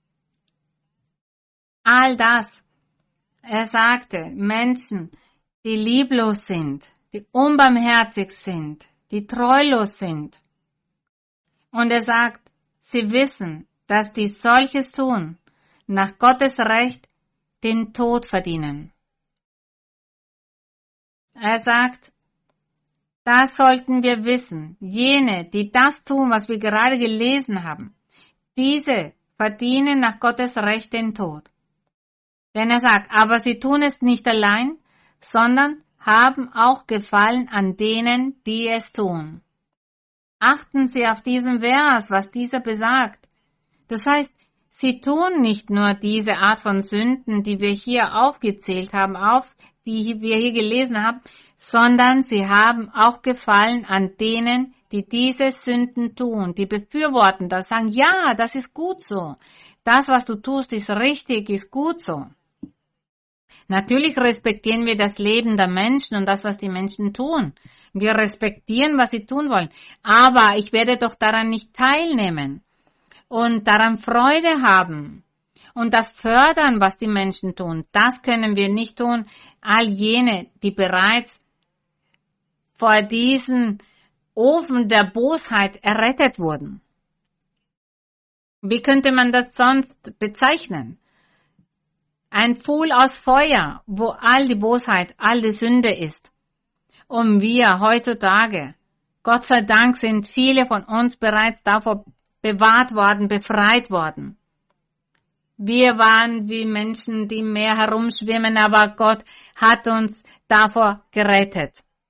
All das, er sagte, Menschen, die lieblos sind, die unbarmherzig sind, die treulos sind. Und er sagt, sie wissen, dass die solches tun, nach Gottes Recht den Tod verdienen. Er sagt, das sollten wir wissen. Jene, die das tun, was wir gerade gelesen haben, diese verdienen nach Gottes Recht den Tod. Denn er sagt, aber sie tun es nicht allein, sondern haben auch Gefallen an denen, die es tun. Achten Sie auf diesen Vers, was dieser besagt. Das heißt, sie tun nicht nur diese Art von Sünden, die wir hier aufgezählt haben, auf, die wir hier gelesen haben, sondern sie haben auch Gefallen an denen, die diese Sünden tun, die befürworten das, sagen, ja, das ist gut so. Das, was du tust, ist richtig, ist gut so. Natürlich respektieren wir das Leben der Menschen und das, was die Menschen tun. Wir respektieren, was sie tun wollen. Aber ich werde doch daran nicht teilnehmen und daran Freude haben und das fördern, was die Menschen tun. Das können wir nicht tun. All jene, die bereits vor diesem Ofen der Bosheit errettet wurden. Wie könnte man das sonst bezeichnen? Ein Pfuhl aus Feuer, wo all die Bosheit, all die Sünde ist. Und wir heutzutage, Gott sei Dank, sind viele von uns bereits davor bewahrt worden, befreit worden. Wir waren wie Menschen, die im Meer herumschwimmen, aber Gott hat uns davor gerettet.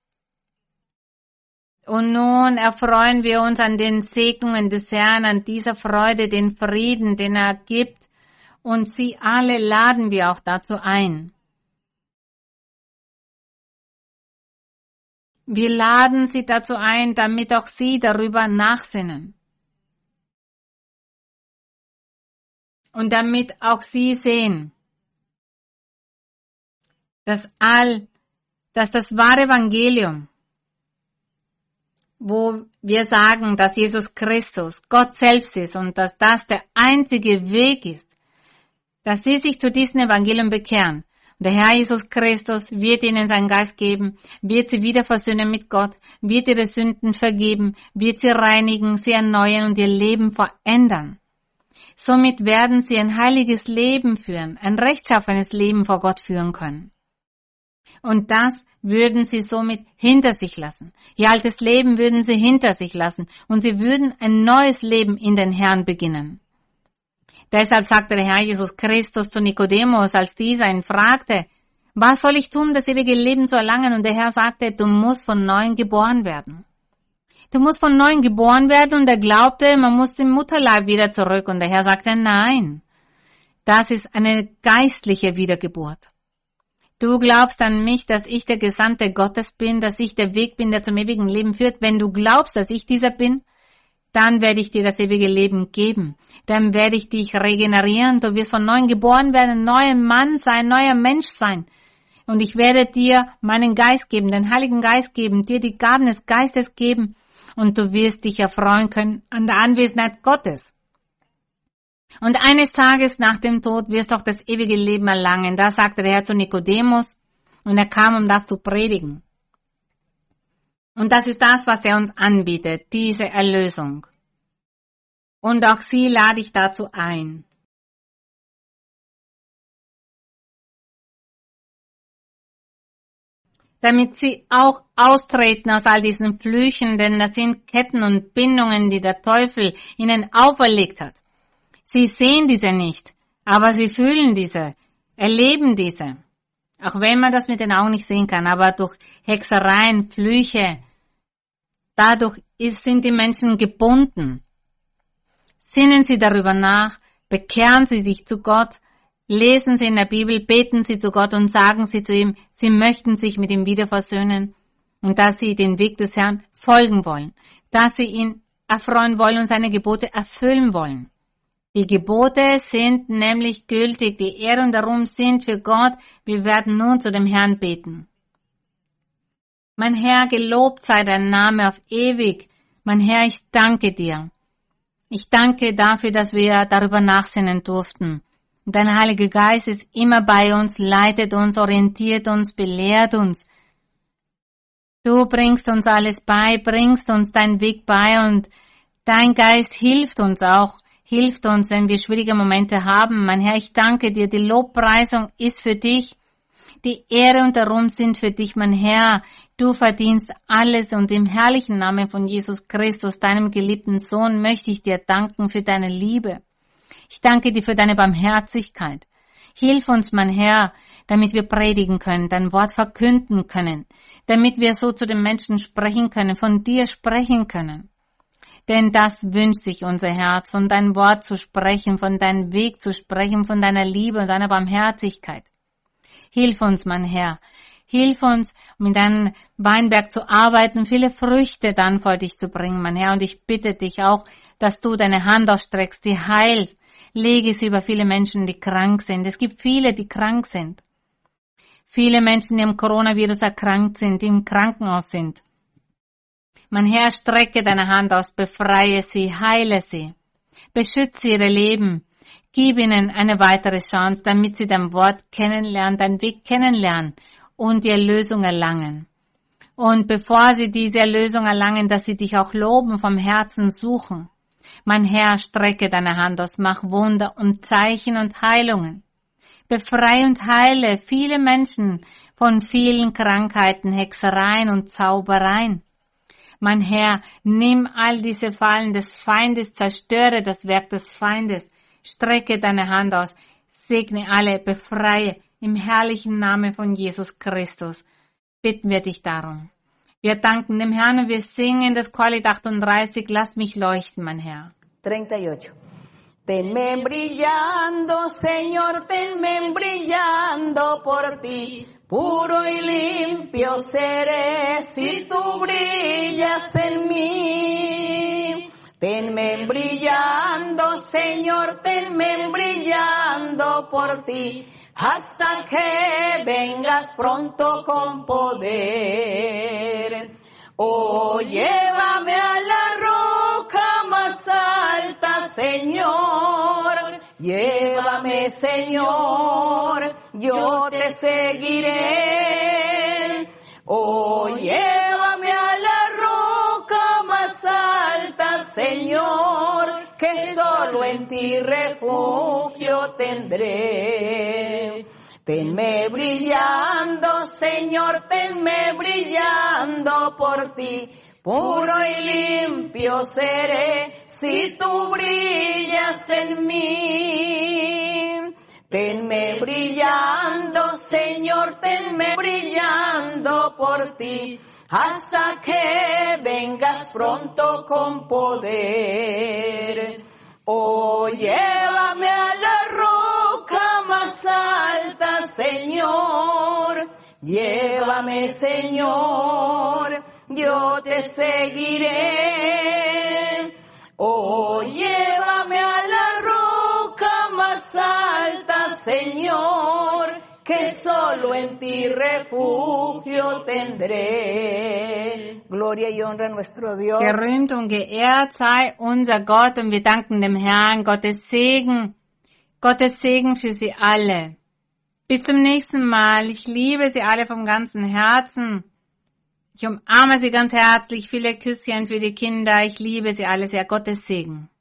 Und nun erfreuen wir uns an den Segnungen des Herrn, an dieser Freude, den Frieden, den er gibt. Und sie alle laden wir auch dazu ein. Wir laden sie dazu ein, damit auch sie darüber nachsinnen. Und damit auch sie sehen, dass all, dass das wahre Evangelium, wo wir sagen, dass Jesus Christus Gott selbst ist und dass das der einzige Weg ist, dass sie sich zu diesem Evangelium bekehren. Und der Herr Jesus Christus wird ihnen seinen Geist geben, wird sie wieder versöhnen mit Gott, wird ihre Sünden vergeben, wird sie reinigen, sie erneuern und ihr Leben verändern. Somit werden sie ein heiliges Leben führen, ein rechtschaffenes Leben vor Gott führen können. Und das würden sie somit hinter sich lassen. Ihr altes Leben würden sie hinter sich lassen und sie würden ein neues Leben in den Herrn beginnen. Deshalb sagte der Herr Jesus Christus zu Nikodemus, als dieser ihn fragte, was soll ich tun, das ewige Leben zu erlangen? Und der Herr sagte, du musst von Neuem geboren werden. Du musst von Neuem geboren werden und er glaubte, man muss im Mutterleib wieder zurück. Und der Herr sagte, nein, das ist eine geistliche Wiedergeburt. Du glaubst an mich, dass ich der Gesandte Gottes bin, dass ich der Weg bin, der zum ewigen Leben führt. Wenn du glaubst, dass ich dieser bin, dann werde ich dir das ewige Leben geben. Dann werde ich dich regenerieren. Du wirst von Neuem geboren werden, ein neuer Mann sein, ein neuer Mensch sein. Und ich werde dir meinen Geist geben, den Heiligen Geist geben, dir die Gaben des Geistes geben. Und du wirst dich erfreuen können an der Anwesenheit Gottes. Und eines Tages nach dem Tod wirst du auch das ewige Leben erlangen. Da sagte der Herr zu Nikodemus, und er kam, um das zu predigen. Und das ist das, was er uns anbietet, diese Erlösung. Und auch sie lade ich dazu ein. Damit sie auch austreten aus all diesen Flüchen, denn das sind Ketten und Bindungen, die der Teufel ihnen auferlegt hat. Sie sehen diese nicht, aber sie fühlen diese, erleben diese. Auch wenn man das mit den Augen nicht sehen kann, aber durch Hexereien, Flüche, dadurch ist, sind die Menschen gebunden. Sinnen Sie darüber nach, bekehren Sie sich zu Gott, lesen Sie in der Bibel, beten Sie zu Gott und sagen Sie zu ihm, Sie möchten sich mit ihm wieder versöhnen und dass Sie den Weg des Herrn folgen wollen. dass sie ihn erfreuen wollen und seine Gebote erfüllen wollen. Die Gebote sind nämlich gültig, die Ehre und der Ruhm sind für Gott. Wir werden nun zu dem Herrn beten. Mein Herr, gelobt sei dein Name auf ewig. Mein Herr, ich danke dir. Ich danke dafür, dass wir darüber nachsinnen durften. Und dein Heiliger Geist ist immer bei uns, leitet uns, orientiert uns, belehrt uns. Du bringst uns alles bei, bringst uns deinen Weg bei und dein Geist hilft uns auch, hilft uns, wenn wir schwierige Momente haben. Mein Herr, ich danke dir, die Lobpreisung ist für dich. Die Ehre und der Ruhm sind für dich, mein Herr. Du verdienst alles und im herrlichen Namen von Jesus Christus, deinem geliebten Sohn, möchte ich dir danken für deine Liebe. Ich danke dir für deine Barmherzigkeit. Hilf uns, mein Herr, damit wir predigen können, dein Wort verkünden können, damit wir so zu den Menschen sprechen können, von dir sprechen können. Denn das wünscht sich unser Herz, von deinem Wort zu sprechen, von deinem Weg zu sprechen, von deiner Liebe und deiner Barmherzigkeit. Hilf uns, mein Herr, hilf uns, um in deinem Weinberg zu arbeiten, viele Früchte dann vor dich zu bringen, mein Herr. Und ich bitte dich auch, dass du deine Hand ausstreckst, die heilst. Lege sie über viele Menschen, die krank sind. Es gibt viele, die krank sind. Viele Menschen, die am Coronavirus erkrankt sind, die im Krankenhaus sind. Mein Herr, strecke deine Hand aus, befreie sie, heile sie. Beschütze ihre Leben. Gib ihnen eine weitere Chance, damit sie dein Wort kennenlernen, deinen Weg kennenlernen und die Erlösung erlangen. Und bevor sie diese Erlösung erlangen, dass sie dich auch loben, vom Herzen suchen. Mein Herr, strecke deine Hand aus, mach Wunder und Zeichen und Heilungen. Befreie und heile viele Menschen von vielen Krankheiten, Hexereien und Zaubereien. Mein Herr, nimm all diese Fallen des Feindes, zerstöre das Werk des Feindes. Strecke deine Hand aus, segne alle, befreie im herrlichen Namen von Jesus Christus. Bitten wir dich darum. Wir danken dem Herrn und wir singen das Chorlied achtunddreißig, lass mich leuchten, mein Herr. treinta y ocho. Tenme brillando, Señor, tenme brillando por ti. Puro y limpio seré si tú brillas en mí. Tenme brillando, Señor, tenme brillando por ti, hasta que vengas pronto con poder. Oh, llévame a la roca más alta, Señor. Llévame, Señor, yo te seguiré. Oh, llévame a la roca más alta, Señor, que solo en ti refugio tendré. Tenme brillando, Señor, tenme brillando por ti. Puro y limpio seré si tú brillas en mí. Tenme brillando, Señor, tenme brillando por ti, hasta que vengas pronto con poder. Oh, llévame a la roca más alta, Señor. Llévame, Señor, yo te seguiré. Oh, llévame a la roca más alta, Señor, que solo en ti refugio tendré. Gloria y honra a nuestro Dios. Gerühmt und geehrt sei unser Gott und wir danken dem Herrn. Gottes Segen, Gottes Segen für sie alle. Bis zum nächsten Mal. Ich liebe sie alle vom ganzen Herzen. Ich umarme sie ganz herzlich. Viele Küsschen für die Kinder. Ich liebe sie alle sehr. Gottes Segen.